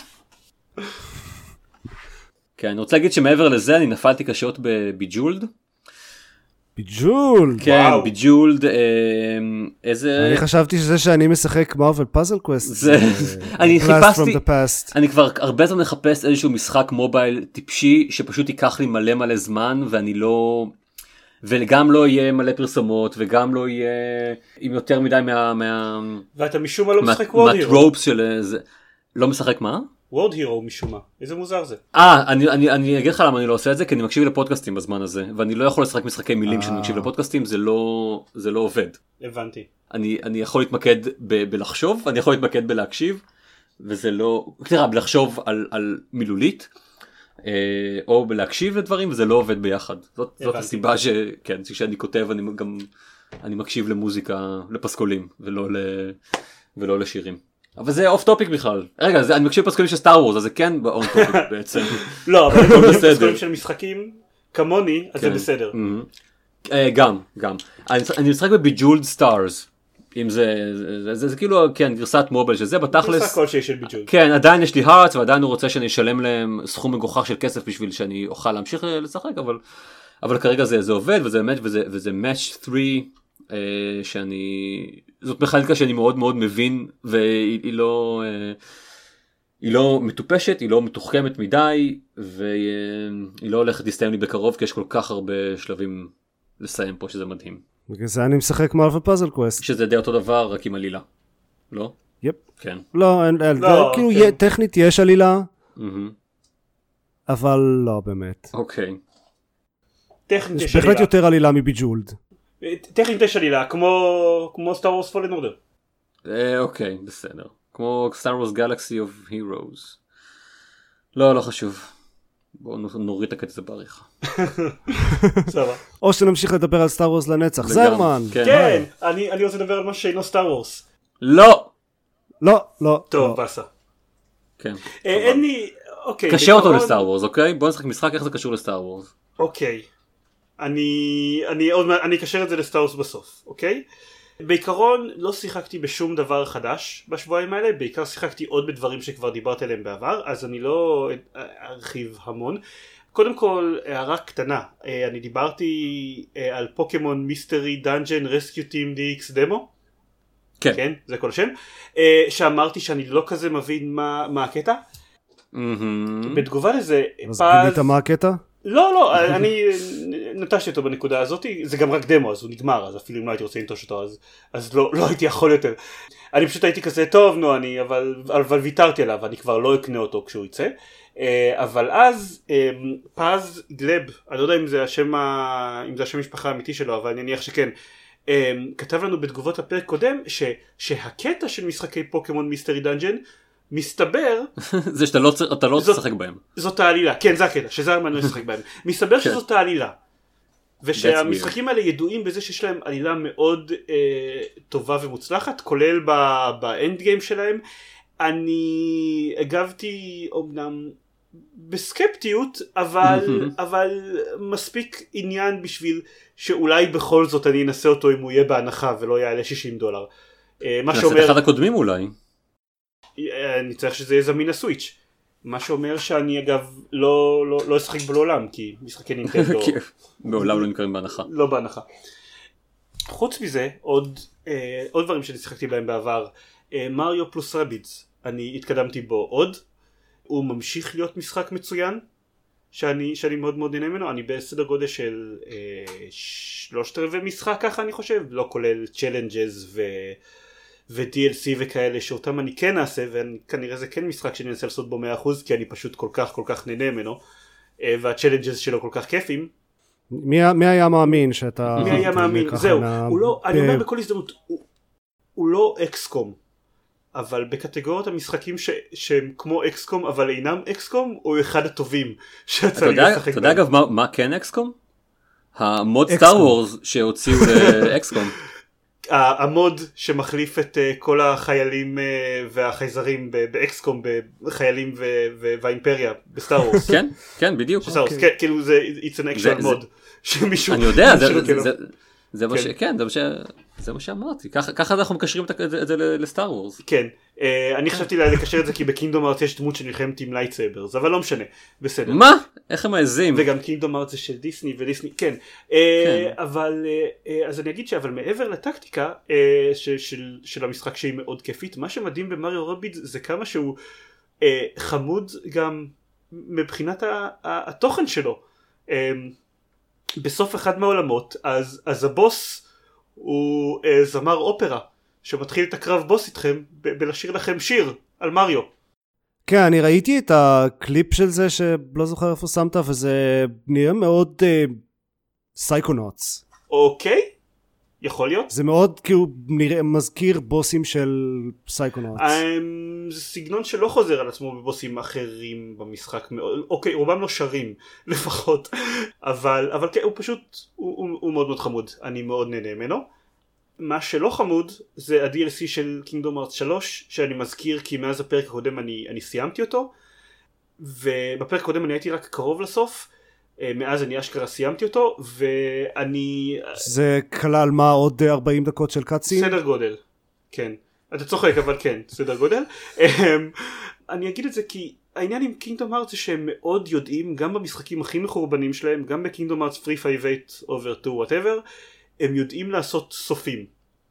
כן, אני רוצה להגיד שמעבר לזה אני נפלתי קשות בביג'ולד. ביג'ולד? כן, ביג'ולד, איזה... אני חשבתי שזה שאני משחק מרוויל פאזל קווסט. אני חיפשתי, אני כבר הרבה זמן מחפש איזשהו משחק מובייל טיפשי, שפשוט ייקח לי מלא זמן, ואני לא... וגם לא יהיה מלא פרסומות, וגם לא יהיה עם יותר מדי ואתה משום מה לא משחק וורד הירו. מהטרופס של זה. לא משחק מה? וורד הירו משום מה. איזה מוזר זה. אני אגיד לך למה אני לא עושה את זה, כי אני מקשיב לפודקאסטים בזמן הזה, ואני לא יכול לשחק משחקי מילים שאני מקשיב לפודקאסטים, זה לא עובד. הבנתי. אני יכול להתמקד בלחשוב, אני יכול להתמקד בלהקשיב, וזה לא, תראה, בלחשוב על מילולית, או בלהקשיב לדברים, וזה לא עובד ביחד. זאת הסיבה שאני כותב, אני מקשיב למוזיקה, לפסקולים, ולא לשירים. אבל זה אוף טופיק בכלל. רגע, אני מקשיב לפסקולים של סטאר וורס, אז זה כן באון טופיק בעצם. לא, אבל אני מקשיב לפסקולים של משחקים כמוני, אז זה בסדר. גם. אני משחק בביג'ולד סטארס. אם זה כאילו, כן, גרסת מובייל של זה, בתכלס... גרסה כלשהי של ביג'ולד. כן, עדיין יש לי הארץ, ועדיין הוא רוצה שאני אשלם להם סכום מגוחך של כסף בשביל שאני אוכל להמשיך לשחק, אבל כרגע זה עובד, וזה match 3, זאת מכניקה שאני מאוד מאוד מבין, והיא לא מטופשת, היא לא מתוחכמת מדי, והיא לא הולכת להסתיים לי בקרוב, כי יש כל כך הרבה שלבים לסיים פה, שזה מדהים. בגלל זה אני משחק מרוויל פאזל קווסט. שזה די אותו דבר, רק עם עלילה. לא? יפ. כן. לא, כאילו טכנית יש עלילה, אבל לא באמת. אוקיי. טכנית יש בהחלט יותר עלילה מביג'ולד. טכנית יש עלילה, כמו סטאר וורס פולן אורדר. אוקיי, בסדר. כמו Star Wars Galaxy of Heroes. לא חשוב. בואו נוריד את הקטע בעריכה. או שנמשיך לדבר על סטאר וורס לנצח. זרמן. כן, אני רוצה לדבר על מה שאינו סטאר וורס. לא. טוב, בסה. כן. אין לי, אוקיי. קשר אותו לסטאר וורס, אוקיי? בואו נשחק משחק איך זה קשור לסטאר וורס. אוקיי. אני אקשר את זה לסטאר וורס בסוף, אוקיי? בעיקרון לא שיחקתי בשום דבר חדש בשבועיים האלה, בעיקר שיחקתי עוד בדברים שכבר דיברתי עליהם בעבר, אז אני לא ארחיב המון. קודם כל, הערה קטנה, אני דיברתי על פוקימון מיסטרי דאנג'ן רסקיו טים DX דמו. כן, זה כל השם. שאמרתי שאני לא כזה מבין מה הקטע. בתגובה לזה, אז גילית מה הקטע? לא, אני נטשתי אותו בנקודה הזאת, זה גם רק דמו, אז הוא נגמר, אז אפילו אם לא הייתי רוצה לנטוש אותו, אז לא הייתי יכול יותר. אני פשוט הייתי כזה טוב, אבל ויתרתי עליו, אני כבר לא אקנה אותו כשהוא יצא. אבל אז פז גלב, אני לא יודע אם זה השם משפחה האמיתי שלו, אבל אני מניח שכן, כתב לנו בתגובות הפרק קודם, שהקטע של משחקי פוקימון מיסטרי דאנג'ן, מסתבר זה שאתה לא רוצה לשחק בהם. זאת העלילה, כן, זה הקטע, שזרמן לא ישחק בהם. מסתבר שזאת העלילה. ושהמשחקים האלה ידועים בזה שיש להם עלילה מאוד טובה ומוצלחת, כולל באנד גיים שלהם. אני הגבתי אומנם בסקפטיות, אבל מספיק עניין בשביל שאולי בכל זאת אני אנסה אותו אם הוא יהיה בהנחה ולא יעלה $60. נעשה את אחד הקודמים אולי. אני צריך שזה יהיה זמין הסוויץ', מה שאומר שאני אגב לא אשחק בו לעולם, כי משחקי נינטנדו בעולם לא נקראים בהנחה. לא בהנחה. חוץ מזה, עוד דברים שאני שיחקתי בהם בעבר, מריו פלוס רבידס, אני התקדמתי בו עוד, הוא ממשיך להיות משחק מצוין, שאני מאוד מאוד נהנה ממנו, אני בסדר גודל של 3/4 משחק ככה אני חושב, לא כולל צ'לנג'ז ו-DLC וכאלה שאותם אני כן אעשה, וכנראה זה כן משחק שאני אנסה לעשות בו 100%, כי אני פשוט כל כך נהנה ממנו, והצ'לנג'ז שלו כל כך כיפים. מי היה מאמין שאתה... מי היה מאמין, זהו, אני אומר בכל הזדמנות, הוא לא אקסקום, אבל בקטגוריות המשחקים שהם כמו אקסקום אבל אינם אקסקום, הוא אחד הטובים שיצא לי לשחק בהם. אתה יודע אגב מה כן אקסקום? המוד סטאר וורס שהוציאו לאקסקום. המוד שמחליף את כל החיילים והחייזרים באקסקום בחיילים והאימפריה בסטאר וורס. כן, בדיוק. כאילו זה it's an actual mod שמישהו... אני יודע, זה מה שאמרתי, ככה אנחנו מקשרים את זה לסטאר וורס. כן, אני חשבתי לקשר את זה כי בקינגדום ארץ יש דמות שנלחמת עם לייטסייברס, אבל לא משנה, בסדר. מה? איך הם מעזים? וגם קינגדום ארץ זה של דיסני ודיסני, כן. אבל, אז אני אגיד אבל מעבר לטקטיקה של המשחק שהיא מאוד כיפית, מה שמדהים במריו רבידס זה כמה שהוא חמוד גם מבחינת התוכן שלו. בסוף אחד מהעולמות, אז הבוס הוא זמר אופרה שמתחיל את הקרב בוס איתכם בלשיר לכם שיר על מריו. כן, אני ראיתי את הקליפ של זה שלא זוכר איפה שמת, וזה נראה מאוד סייקונוטס. אוקיי, יכול להיות. זה מאוד כאילו מזכיר בוסים של סייקונוטס. זה סגנון שלא חוזר על עצמו בבוסים אחרים במשחק. אוקיי, רובם לא שרים לפחות, אבל כן, הוא פשוט, הוא מאוד מאוד חמוד, אני מאוד נהנה ממנו. מה שלא חמוד זה ה-DLC של קינגדום ארץ 3, שאני מזכיר כי מאז הפרק הקודם אני סיימתי אותו, ובפרק הקודם אני הייתי רק קרוב לסוף, מאז אני אשכרה סיימתי אותו, ואני... זה כלל מה, עוד 40 דקות של קאצין? סדר גודל, כן. אתה צוחק, אבל כן, סדר גודל. אני אגיד את זה כי העניין עם קינגדום ארץ זה שהם מאוד יודעים, גם במשחקים הכי מחורבנים שלהם, גם בקינגדום ארץ 358 over 2 whatever, הם יודעים לעשות סופים.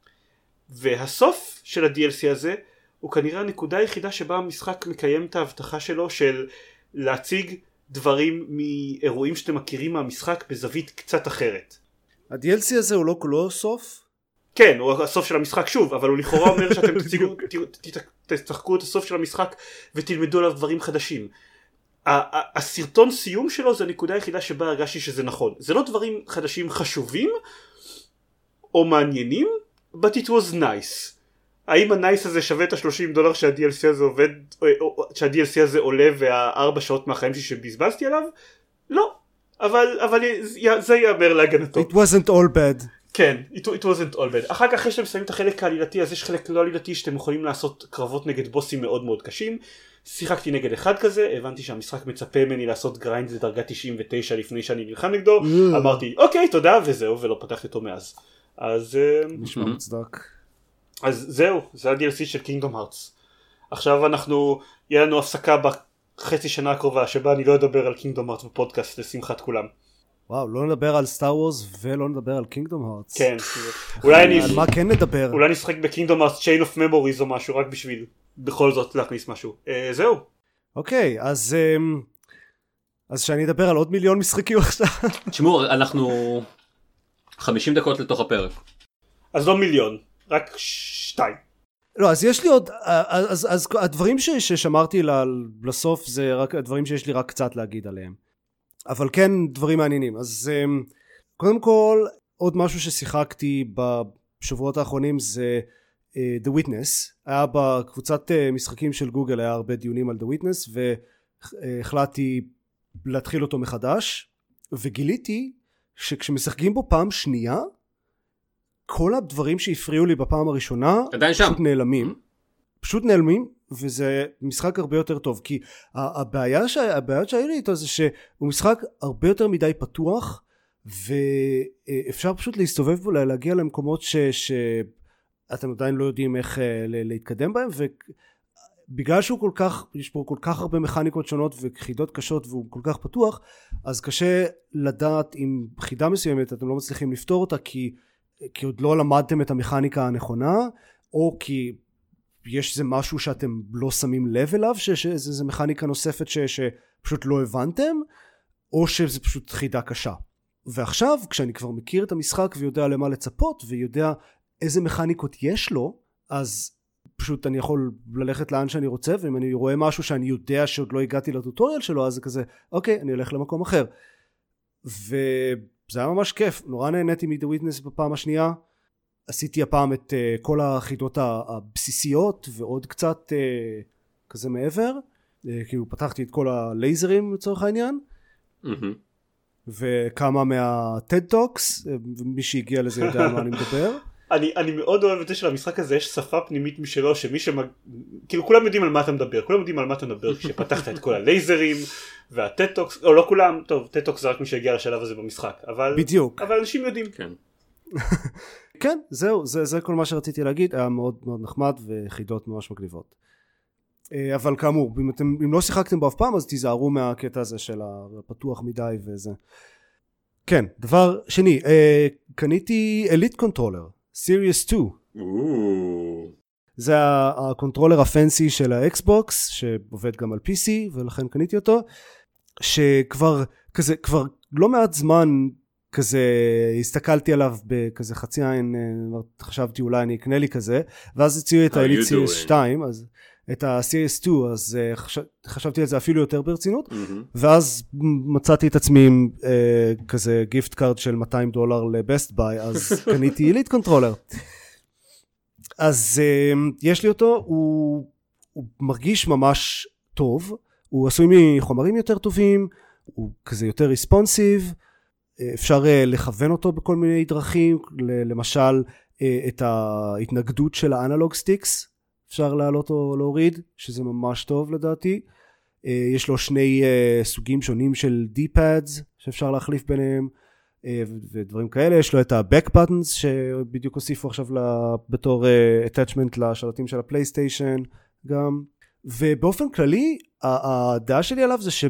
והסוף של ה-DLC הזה, הוא כנראה הנקודה היחידה שבה המשחק מקיים את ההבטחה שלו, של להציג דברים מאירועים שאתם מכירים מהמשחק בזווית קצת אחרת. ה-DLC הזה הוא לא כולו סוף? כן, הוא הסוף של המשחק שוב, אבל הוא לכאורה אומר שאתם תצחקו את הסוף של המשחק ותלמדו עליו דברים חדשים. הסרטון סיום שלו זה הנקודה היחידה שבה הרגשתי שזה נכון. זה לא דברים חדשים חשובים או מעניינים, but it was nice. האם הנייס הזה שווה את $30 שה-DLC הזה עובד, שה-DLC הזה עולה וה4 שעות מהחיים שבזבזתי עליו? לא. אבל זה יאמר להגנתו. It wasn't all bad. כן, it wasn't all bad. אחר כך אחרי שאתם מסיימים את החלק העלילתי, אז יש חלק לא עלילתי שאתם יכולים לעשות קרבות נגד בוסים מאוד מאוד קשים. שיחקתי נגד אחד כזה, הבנתי שהמשחק מצפה ממני לעשות גריינד לדרגה 99 לפני שאני נלחם נגדו, אמרתי אוקיי תודה וזהו, ולא פתחתי אותו מאז. אז נשמע מוצדק. אז זהו, זה ה-DLC של קינגדום הארטס. עכשיו יהיה לנו הפסקה בחצי שנה הקרובה שבה אני לא אדבר על קינגדום הארטס בפודקאסט לשמחת כולם. וואו, לא נדבר על סטאר וורס ולא נדבר על קינגדום הארטס. כן. על מה כן נדבר? אולי נשחק בקינגדום הארטס Chain of Memories או משהו, רק בשביל בכל זאת להכניס משהו. זהו. אוקיי, אז שאני אדבר על עוד מיליון משחקים עכשיו. תשמעו, אנחנו 50 דקות לתוך הפרק. אז לא מיליון, רק 2. לא, אז יש לי עוד, אז הדברים ששמרתי לסוף זה רק הדברים שיש לי רק קצת להגיד עליהם. אבל כן דברים מעניינים. אז קודם כל עוד משהו ששיחקתי בשבועות האחרונים זה The Witness. היה בקבוצת משחקים של גוגל היה הרבה דיונים על The Witness והחלטתי להתחיל אותו מחדש, וגיליתי שכשמשחקים בו פעם שנייה כל הדברים שהפריעו לי בפעם הראשונה פשוט נעלמים וזה משחק הרבה יותר טוב, כי הבעיה שהיו לי איתו זה שהוא משחק הרבה יותר מדי פתוח ואפשר פשוט להסתובב בו, להגיע למקומות שאתם עדיין לא יודעים איך להתקדם בהם, ובגלל שהוא יש פה כל כך הרבה מכניקות שונות וחידות קשות והוא כל כך פתוח, אז קשה לדעת אם חידה מסוימת אתם לא מצליחים לפתור אותה כי עוד לא למדתם את המכניקה הנכונה, או כי יש איזה משהו שאתם לא שמים לב אליו, שזה מכניקה נוספת שפשוט לא הבנתם, או שזה פשוט חידה קשה. ועכשיו כשאני כבר מכיר את המשחק ויודע למה לצפות ויודע איזה מכניקות יש לו, אז פשוט אני יכול ללכת לאן שאני רוצה, ואם אני רואה משהו שאני יודע שעוד לא הגעתי לטוטוריאל שלו, אז זה כזה אוקיי, אני הולך למקום אחר. וזה היה ממש כיף, נורא נהניתי מ-The Witness בפעם השנייה. עשיתי הפעם את כל החידות הבסיסיות ועוד קצת כזה מעבר, כאילו פתחתי את כל הלייזרים לצורך העניין, וכמה מה-TED Talks, מי שהגיע לזה יודע מה אני מדבר. אני מאוד אוהב את זה של המשחק הזה, יש שפה פנימית משלו, כאילו כולם יודעים על מה אתה מדבר, כשפתחת את כל הלייזרים וה-TED Talks, או לא כולם, טוב, TED Talks זה רק מי שהגיע לשלב הזה במשחק, בדיוק. אבל אנשים יודעים. כן. כן, זהו, זה כל מה שרציתי להגיד, היה מאוד מאוד נחמד וחידות ממש מגניבות. אבל כאמור, אם לא שיחקתם בו אף פעם, אז תיזהרו מהקטע הזה של הפתוח מדי וזה. כן, דבר שני, קניתי Elite Controller, Series 2. זה הקונטרולר הפנסי של האקסבוקס, שעובד גם על PC, ולכן קניתי אותו, שכבר כזה, כבר לא מעט זמן כזה הסתכלתי עליו בכזה חצי עין, חשבתי אולי אני אקנה לי כזה, ואז הציעו את ה-Elite Series 2, אז את ה-Series 2, אז חשבתי על זה אפילו יותר ברצינות, ואז מצאתי את עצמי עם כזה גיפט קארד של $200 לבסט ביי, אז קניתי Elite Controller. אז יש לי אותו, הוא מרגיש ממש טוב, הוא עשוי מחומרים יותר טובים, הוא כזה יותר ריספונסיב, אפשר לכוון אותו בכל מיני דרכים, למשל את ההתנגדות של האנלוג סטיקס, אפשר להעלות או להוריד, שזה ממש טוב לדעתי. יש לו שני סוגים שונים של D-pads שאפשר להחליף ביניהם, ודברים כאלה. יש לו את ה-back buttons שבדיוק הוסיפו עכשיו בתור attachment לשלטים של הפלייסטיישן גם. ובאופן כללי, הדעה שלי עליו זה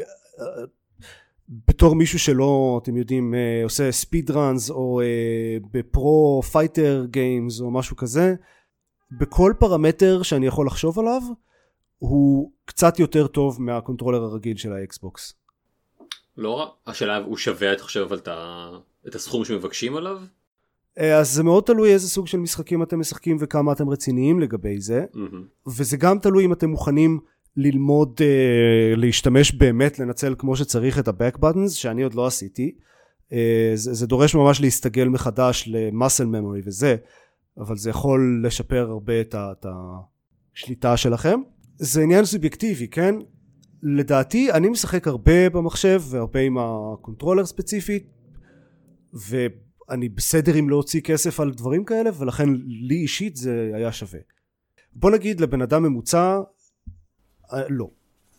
בתור מישהו שלא, אתם יודעים, עושה ספיד ראנס או בפרו פייטר גיימס או משהו כזה, בכל פרמטר שאני יכול לחשוב עליו, הוא קצת יותר טוב מהקונטרולר הרגיל של האקסבוקס. לא רע. השאלה הוא שווה את חושב על את הסכום שמבקשים עליו? אז זה מאוד תלוי איזה סוג של משחקים אתם משחקים וכמה אתם רציניים לגבי זה, וזה גם תלוי אם אתם מוכנים ללמוד להשתמש באמת, לנצל כמו שצריך את ה-back buttons, שאני עוד לא עשיתי. זה דורש ממש להסתגל מחדש ל-muscle memory וזה, אבל זה יכול לשפר הרבה את השליטה שלכם. זה עניין סובייקטיבי, כן? לדעתי אני משחק הרבה במחשב והרבה עם הקונטרולר ספציפית, ואני בסדר אם להוציא כסף על דברים כאלה, ולכן לי אישית זה היה שווה. בוא נגיד לבן אדם ממוצע, לא.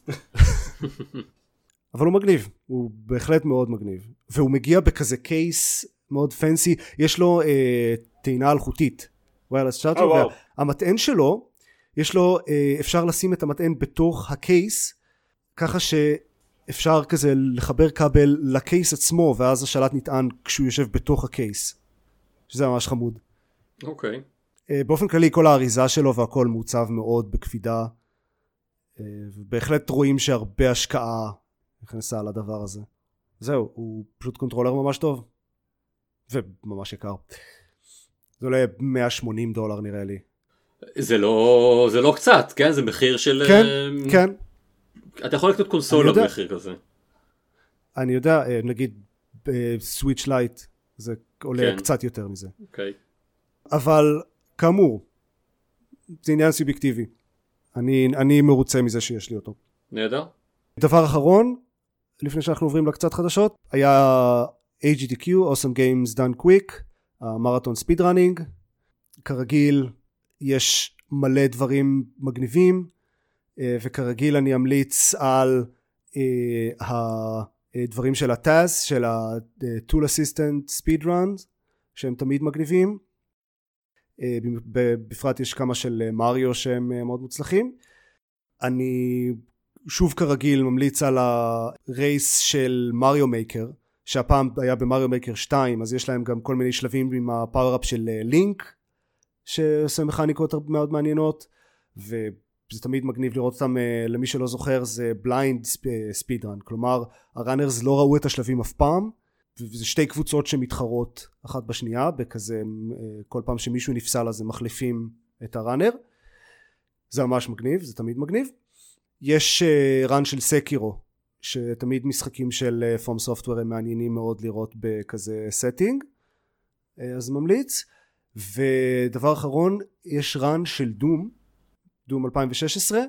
אבל הוא מגניב, הוא בהחלט מאוד מגניב, והוא מגיע בכזה קייס מאוד פנסי, יש לו טעינה אלחוטית, המטען שלו, יש לו, אפשר לשים את המטען בתוך הקייס, ככה שאפשר כזה לחבר כבל לקייס עצמו, ואז השלט נטען כשהוא יושב בתוך הקייס, שזה ממש חמוד. אוקיי. באופן כללי כל האריזה שלו והכל מעוצב מאוד בקפידה, ובהחלט רואים שהרבה השקעה נכנסה על הדבר הזה. זהו, הוא פשוט קונטרולר ממש טוב, וממש יקר. זה עולה $180 נראה לי. זה לא קצת, כן? זה מחיר של... כן, כן. אתה יכול לקנות קונסולה במחיר כזה. אני יודע, נגיד סוויץ' לייט, זה עולה קצת יותר מזה. אוקיי. אבל כאמור, זה עניין סובייקטיבי. אני מרוצה מזה שיש לי אותו. נהדר. דבר אחרון, לפני שאנחנו עוברים לקצת חדשות, היה AGDQ, Awesome Games Done Quick, המרתון ספיד ראנינג. כרגיל, יש מלא דברים מגניבים, וכרגיל אני אמליץ על הדברים של הטאז, של ה-Tool Assistant Speed Runs, שהם תמיד מגניבים. בפרט יש כמה של מריו שהם מאוד מוצלחים. אני שוב כרגיל ממליץ על הרייס של מריו מייקר, שהפעם היה במריו מייקר 2, אז יש להם גם כל מיני שלבים עם הפאוור-אפ של לינק, שעושה מכניקות מאוד מעניינות, וזה תמיד מגניב לראות אותם. למי שלא זוכר, זה בליינד ספיד רן, כלומר הראנרס לא ראו את השלבים אף פעם, וזה שתי קבוצות שמתחרות אחת בשנייה, בכזה כל פעם שמישהו נפסל אז הם מחליפים את הראנר. זה ממש מגניב, זה תמיד מגניב. יש רן של סקירו, שתמיד משחקים של פום סופטוור הם מעניינים מאוד לראות בכזה סטינג, אז ממליץ. ודבר אחרון, יש רן של דום 2016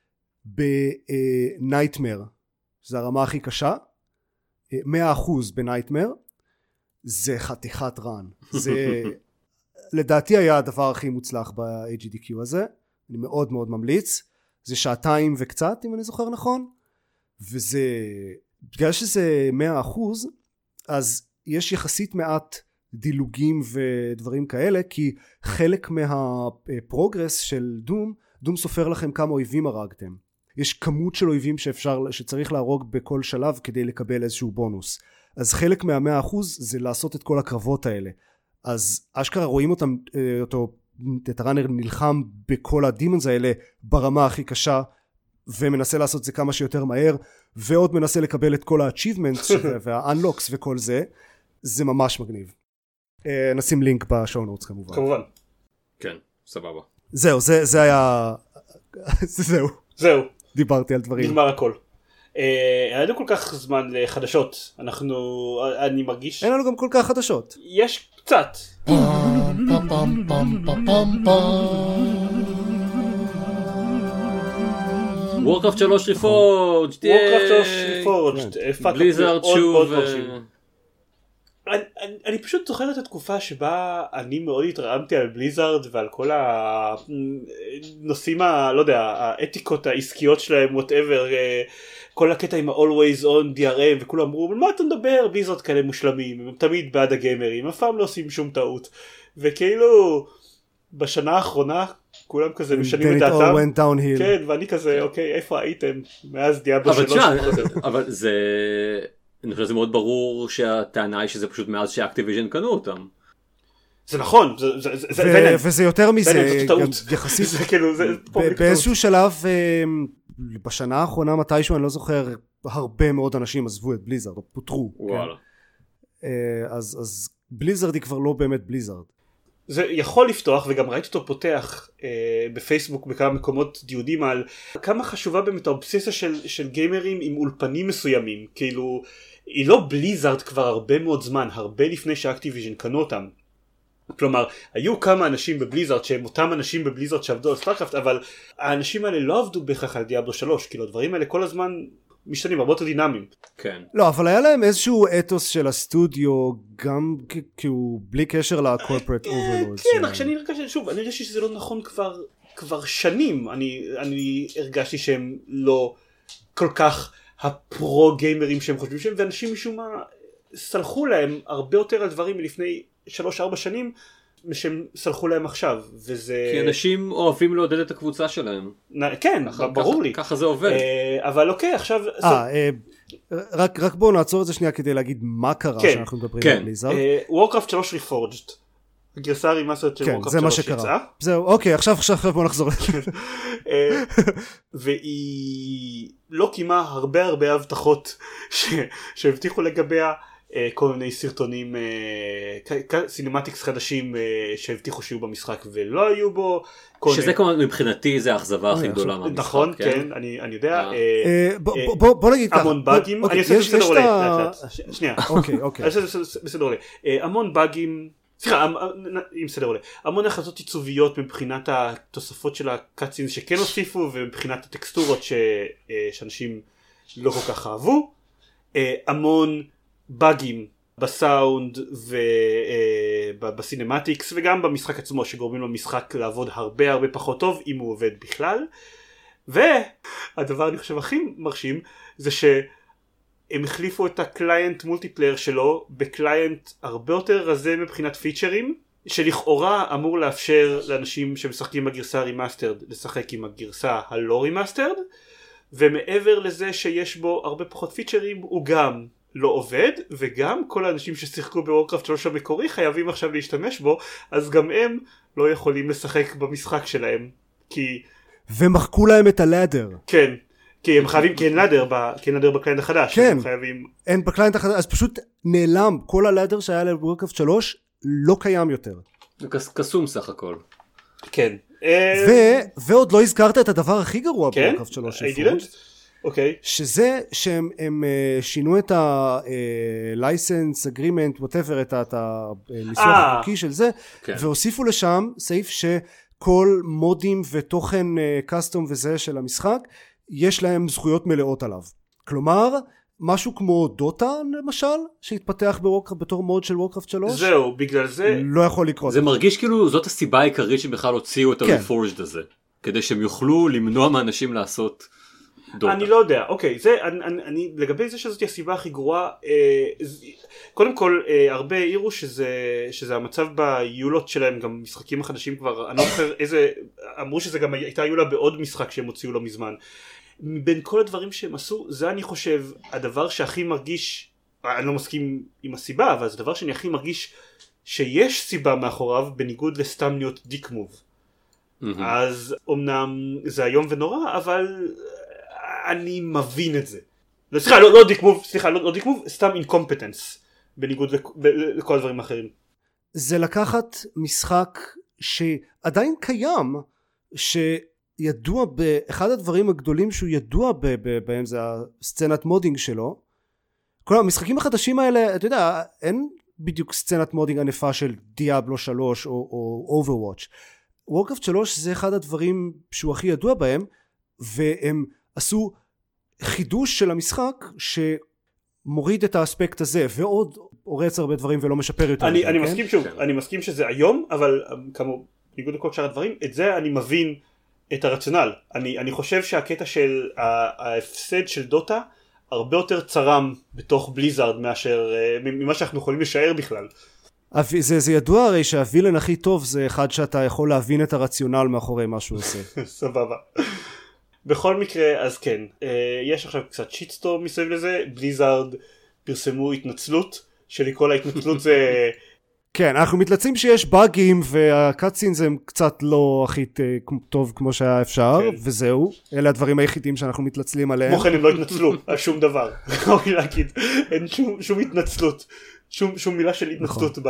בנייטמר, זה הרמה הכי קשה, 100% בנייטמר. זה חתיכת רן, זה לדעתי היה הדבר הכי מוצלח ב-AGDQ הזה. אני מאוד מאוד ממליץ. זה 2 וקצת אם אני זוכר נכון, וזה בגלל שזה 100%, אז יש יחסית מעט דילוגים ודברים כאלה, כי חלק מהפרוגרס של דום סופר לכם כמה אויבים הרגתם. יש כמות של אויבים שצריך להרוג בכל שלב כדי לקבל איזשהו בונוס. אז חלק מה100% זה לעשות את כל הקרבות האלה. אז אשכרה רואים את הראנר נלחם בכל הדימונס האלה ברמה הכי קשה, ומנסה לעשות זה כמה שיותר מהר, ועוד מנסה לקבל את כל ה-achievements וה-unlocks וכל זה. זה ממש מגניב. נשים לינק בשואו נוטס כמובן. כמובן. כן, סבבה. זהו, זה היה... זהו. דיברתי על דברים. נגמר הכל. אין לנו כל כך זמן לחדשות. אני מרגיש... אין לנו גם כל כך חדשות. יש קצת. וורקראפט 3 ריפורג'ד. וורקראפט 3 ריפורג'ד. בליזארד שוב. אני פשוט זוכר את התקופה שבה אני מאוד התרעמתי על בליזארד ועל כל הנושאים, לא יודע, האתיקות העסקיות שלהם, whatever, כל הקטע עם ה-always on DRM, וכולם אמרו, מה אתה מדבר? בליזארד כאלה מושלמים, הם תמיד בעד הגיימרים, אף פעם לא עושים שום טעות. וכאילו, בשנה האחרונה, כולם כזה משנים את דעתם. כן, ואני כזה, אוקיי, איפה הייתם? מאז דיאבלו 3. אבל זה... אני חושב שזה מאוד ברור שהטענה היא שזה פשוט מאז שאקטיביז'ן קנו אותם. זה נכון. וזה יותר מזה, יחסית. באיזשהו שלב, בשנה האחרונה מתישהו, אני לא זוכר, הרבה מאוד אנשים עזבו את בליזארד, או פוטרו. אז בליזארד היא כבר לא באמת בליזארד. זה יכול לפתוח, וגם ראיתי אותו פותח בפייסבוק בכמה מקומות דיונים על כמה חשובה באמת האובססיה של גיימרים עם אולפנים מסוימים. כאילו, היא לא בליזארד כבר הרבה מאוד זמן, הרבה לפני שאקטיביז'ן קנו אותם. כלומר, היו כמה אנשים בבליזארד שהם אותם אנשים בבליזארד שעבדו על סטארקראפט, אבל האנשים האלה לא עבדו בהכרח על דיאבלו 3, כאילו הדברים האלה כל הזמן משתנים, הרבה יותר דינמיים. כן. לא, אבל היה להם איזשהו אתוס של הסטודיו, גם כאילו בלי קשר לקורפרט אוברלורדס. כן, רק שאני הרגשתי, שוב, אני הרגשתי שזה לא נכון כבר שנים, אני הרגשתי שהם לא כל כך הפרו גיימרים שהם חושבים שהם, ואנשים משום מה סלחו להם הרבה יותר על דברים מלפני 3-4 שנים, שהם סלחו להם עכשיו, וזה... כי אנשים אוהבים לעודד את הקבוצה שלהם. כן, ברור לי. ככה זה עובד. אבל אוקיי, עכשיו... רק בואו נעצור את זה שנייה כדי להגיד מה קרה שאנחנו מדברים על בליזארד. וורקראפט 3 ריפורג'ד. הגרסה הרימאסטרית של וורקראפט 3 יצאה. זהו, אוקיי, עכשיו בואו נחזור. והיא לא קיימה הרבה הבטחות שהבטיחו לגביה, כל מיני סרטונים סינמטיקס חדשים שהבטיחו שיהיו במשחק ולא היו בו, שזה כמובן מבחינתי זה האכזבה הכי גדולה מהמשחק. נכון, כן, אני יודע. בוא נגיד ככה, המון באגים, אני עושה את זה בסדר עולה, שנייה, אוקיי, בסדר עולה, המון באגים, סליחה, אם בסדר עולה, המון החלטות עיצוביות מבחינת התוספות של הקאצינס שכן הוסיפו, ומבחינת הטקסטורות שאנשים לא כל כך אהבו, המון באגים בסאונד ובסינמטיקס וגם במשחק עצמו שגורמים למשחק לעבוד הרבה פחות טוב אם הוא עובד בכלל. והדבר אני חושב הכי מרשים זה שהם החליפו את הקליינט מולטיפלייר שלו בקליינט הרבה יותר רזה מבחינת פיצ'רים, שלכאורה אמור לאפשר לאנשים שמשחקים בגרסה רימאסטרד לשחק עם הגרסה הלא רימאסטרד, ומעבר לזה שיש בו הרבה פחות פיצ'רים הוא גם לא עובד, וגם כל האנשים ששיחקו בוורקראפט 3 המקורי חייבים עכשיו להשתמש בו, אז גם הם לא יכולים לשחק במשחק שלהם, כי... ומחקו להם את הלאדר. כן, כי הם חייבים, כי אין לאדר בקליינט החדש. כן, חייבים... אין בקליינט החדש, אז פשוט נעלם, כל הלאדר שהיה לוורקראפט 3 לא קיים יותר. זה קסום סך הכל. כן. ועוד לא הזכרת את הדבר הכי גרוע כן? בוורקראפט 3 אוקיי. שזה שהם שינו את ה-license agreement, whatever, את הניסוח החוקי של זה, והוסיפו לשם סעיף שכל מודים ותוכן קאסטום וזה של המשחק, יש להם זכויות מלאות עליו. כלומר, משהו כמו דוטה למשל, שהתפתח בתור מוד של וורקראפט 3, זהו, בגלל זה... לא יכול לקרות. זה מרגיש כאילו זאת הסיבה העיקרית שבכלל הוציאו את ה-Reforged הזה, כדי שהם יוכלו למנוע מאנשים לעשות... דוטה. אני לא יודע, אוקיי, אני לגבי זה שזאת הסיבה הכי גרועה, קודם כל הרבה העירו שזה המצב ביולות שלהם, גם משחקים החדשים כבר, אני לא זוכר איזה, אמרו שזה גם הייתה יולה בעוד משחק שהם הוציאו לא מזמן, בין כל הדברים שהם עשו, זה אני חושב הדבר שהכי מרגיש, אני לא מסכים עם הסיבה, אבל זה הדבר שאני הכי מרגיש שיש סיבה מאחוריו, בניגוד לסתם להיות דיק מוב. אז אמנם זה היום ונורא, אבל אני מבין את זה. סליחה, לא דיק מוב, סתם אינקומפטנס, בניגוד לכל הדברים האחרים. זה לקחת משחק שעדיין קיים, שידוע באחד הדברים הגדולים שהוא ידוע בהם, זה הסצנת מודינג שלו. כל המשחקים החדשים האלה, אתה יודע, אין בדיוק סצנת מודינג ענפה של דיאבלו 3 או Overwatch. וורקראפט 3 זה אחד הדברים שהוא הכי ידוע בהם, והם עשו חידוש של המשחק שמוריד את האספקט הזה ועוד הורץ הרבה דברים ולא משפר יותר. אני מסכים שוב, אני מסכים שזה היום, אבל כמו בניגוד לכל שאר הדברים, את זה אני מבין את הרציונל. אני חושב שהקטע של ההפסד של דוטה הרבה יותר צרם בתוך בליזארד מאשר ממה שאנחנו יכולים לשער בכלל. זה ידוע הרי שהווילן הכי טוב זה אחד שאתה יכול להבין את הרציונל מאחורי מה שהוא עושה. סבבה. בכל מקרה, אז כן, יש עכשיו קצת שיטסטורם מסביב לזה, בליזארד פרסמו התנצלות, שלכל ההתנצלות זה... כן, אנחנו מתלצים שיש באגים והקאטסינס הם קצת לא הכי טוב כמו שהיה אפשר, וזהו, אלה הדברים היחידים שאנחנו מתלצלים עליהם. כמו כן הם לא התנצלו על שום דבר, ראוי להגיד, אין שום התנצלות, שום מילה של התנצלות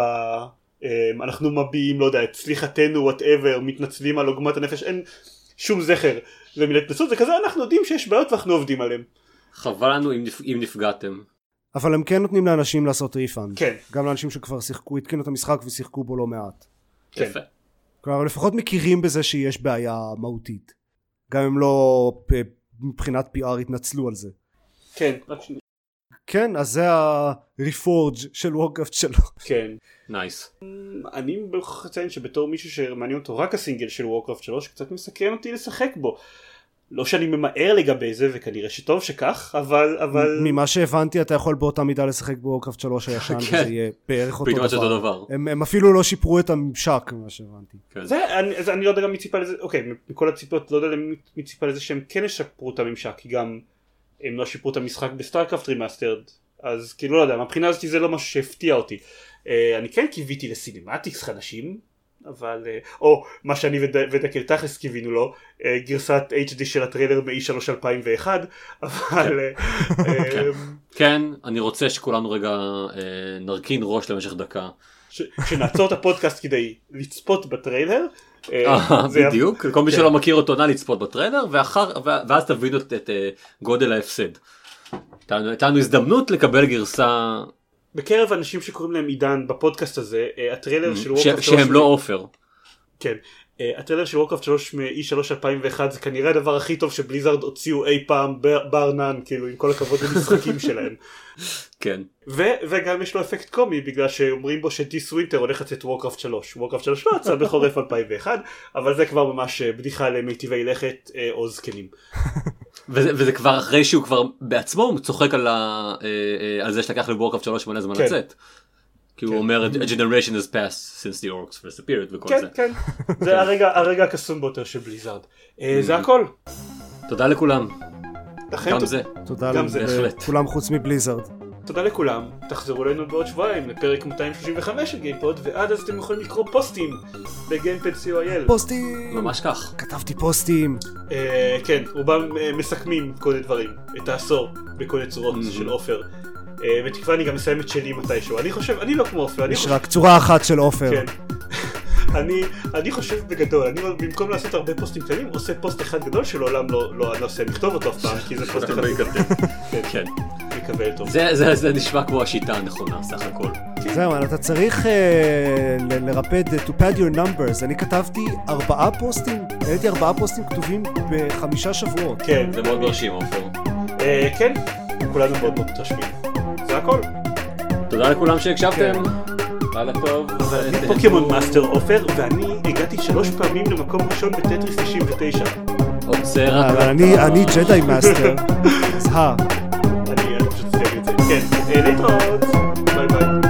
אנחנו מביעים, לא יודע, את סליחתנו, whatever, מתנצלים על עוגמת הנפש, אין שום זכר למילה התנצלות, זה כזה אנחנו יודעים שיש בעיות ואנחנו עובדים עליהם. חבל לנו אם נפגעתם. אבל הם כן נותנים לאנשים לעשות ריפאנד. כן. גם לאנשים שכבר שיחקו, התקינו את המשחק ושיחקו בו לא מעט. כן. יפה. כלומר, לפחות מכירים בזה שיש בעיה מהותית. גם אם לא מבחינת PR התנצלו על זה. כן, רק שנייה. כן, אז זה הרפורג' של וורקראפט שלו. כן. נייס. אני מוכרח לציין שבתור מישהו שמעניין אותו רק הסינגל של וורקראפט 3, קצת מסקרן אותי לשחק בו. לא שאני ממהר לגבי זה, וכנראה שטוב שכך, אבל... ממה שהבנתי, אתה יכול באותה מידה לשחק בוורקראפט 3 הישן, וזה יהיה בערך אותו דבר. הם אפילו לא שיפרו את הממשק, ממה שהבנתי. אני לא יודע גם מי ציפה לזה, אוקיי, מכל הציפיות לא יודע מי ציפה לזה שהם כן ישפרו את הממשק, כי גם הם לא שיפרו את המשחק בסטארקראפט רימאסטרד, אז כאילו לא יודע, מהבחינה הזאת זה לא משהו שהפתיע אותי. אני כן קיוויתי לסינמטיקס חדשים, אבל, או מה שאני ודקל תכלס קיווינו לו, גרסת HD של הטריילר מ-E3 2001, אבל... כן, אני רוצה שכולנו רגע נרכין ראש למשך דקה. שנעצור את הפודקאסט כדי לצפות בטריילר. בדיוק, כל מי שלא מכיר אותו נא לצפות בטריילר, ואז תבינו את גודל ההפסד. הייתה לנו הזדמנות לקבל גרסה... בקרב אנשים שקוראים להם עידן בפודקאסט הזה, הטריילר של וורקראפט 3... שהם לא אופר. כן. הטריילר של וורקראפט 3 מ-E3 2001 זה כנראה הדבר הכי טוב שבליזארד הוציאו אי פעם בר נן, כאילו, עם כל הכבוד למשחקים שלהם. כן. וגם יש לו אפקט קומי, בגלל שאומרים בו שדיס ווינטר הולך לצאת וורקראפט 3. וורקראפט 3 לא יצא בחורף 2001, אבל זה כבר ממש בדיחה למיטיבי לכת או זקנים. וזה כבר אחרי שהוא כבר בעצמו צוחק על זה שלקח לוורקראפט 3 מלא זמן לצאת. כי הוא אומר, a generation has passed since the orcs first appeared וכל זה. כן, כן. זה הרגע הקסום ביותר של בליזארד. זה הכל. תודה לכולם. גם זה. תודה לכולם חוץ מבליזארד. תודה לכולם. תחזרו אלינו בעוד שבועיים לפרק 235 של גיימפוד, ועד אז אתם יכולים לקרוא פוסטים בגיימפד co.il. פוסטים! ממש כך. כתבתי פוסטים. כן, רובם מסכמים כל הדברים. את העשור בכל צורות של אופר. בתקווה אני גם מסיים את שלי מתישהו. אני לא כמו אופר. יש רק צורה אחת של אופר. כן. אני חושב בגדול, אני במקום לעשות הרבה פוסטים קטנים, עושה פוסט אחד גדול שלעולם לא עושה לכתוב אותו אף פעם, כי זה פוסט אחד גדול. כן. מקבל טוב. זה נשמע כמו השיטה הנכונה, סך הכל. זהו, אתה צריך לרפד, to pad your numbers. אני כתבתי 4 פוסטים, העליתי 4 פוסטים כתובים ב5 שבועות. כן. זה מאוד מרשים, עופר. כן, כולנו מאוד מאוד מתרשמים. זה הכל. תודה לכולם שהקשבתם. לילה טוב. אני פוקימון מאסטר עופר, ואני הגעתי 3 פעמים למקום ראשון בטטריס 99. עוצר. אבל אני ג'די מאסטר. אז אני פשוט סיימתי את זה. כן, להתראות. ביי ביי.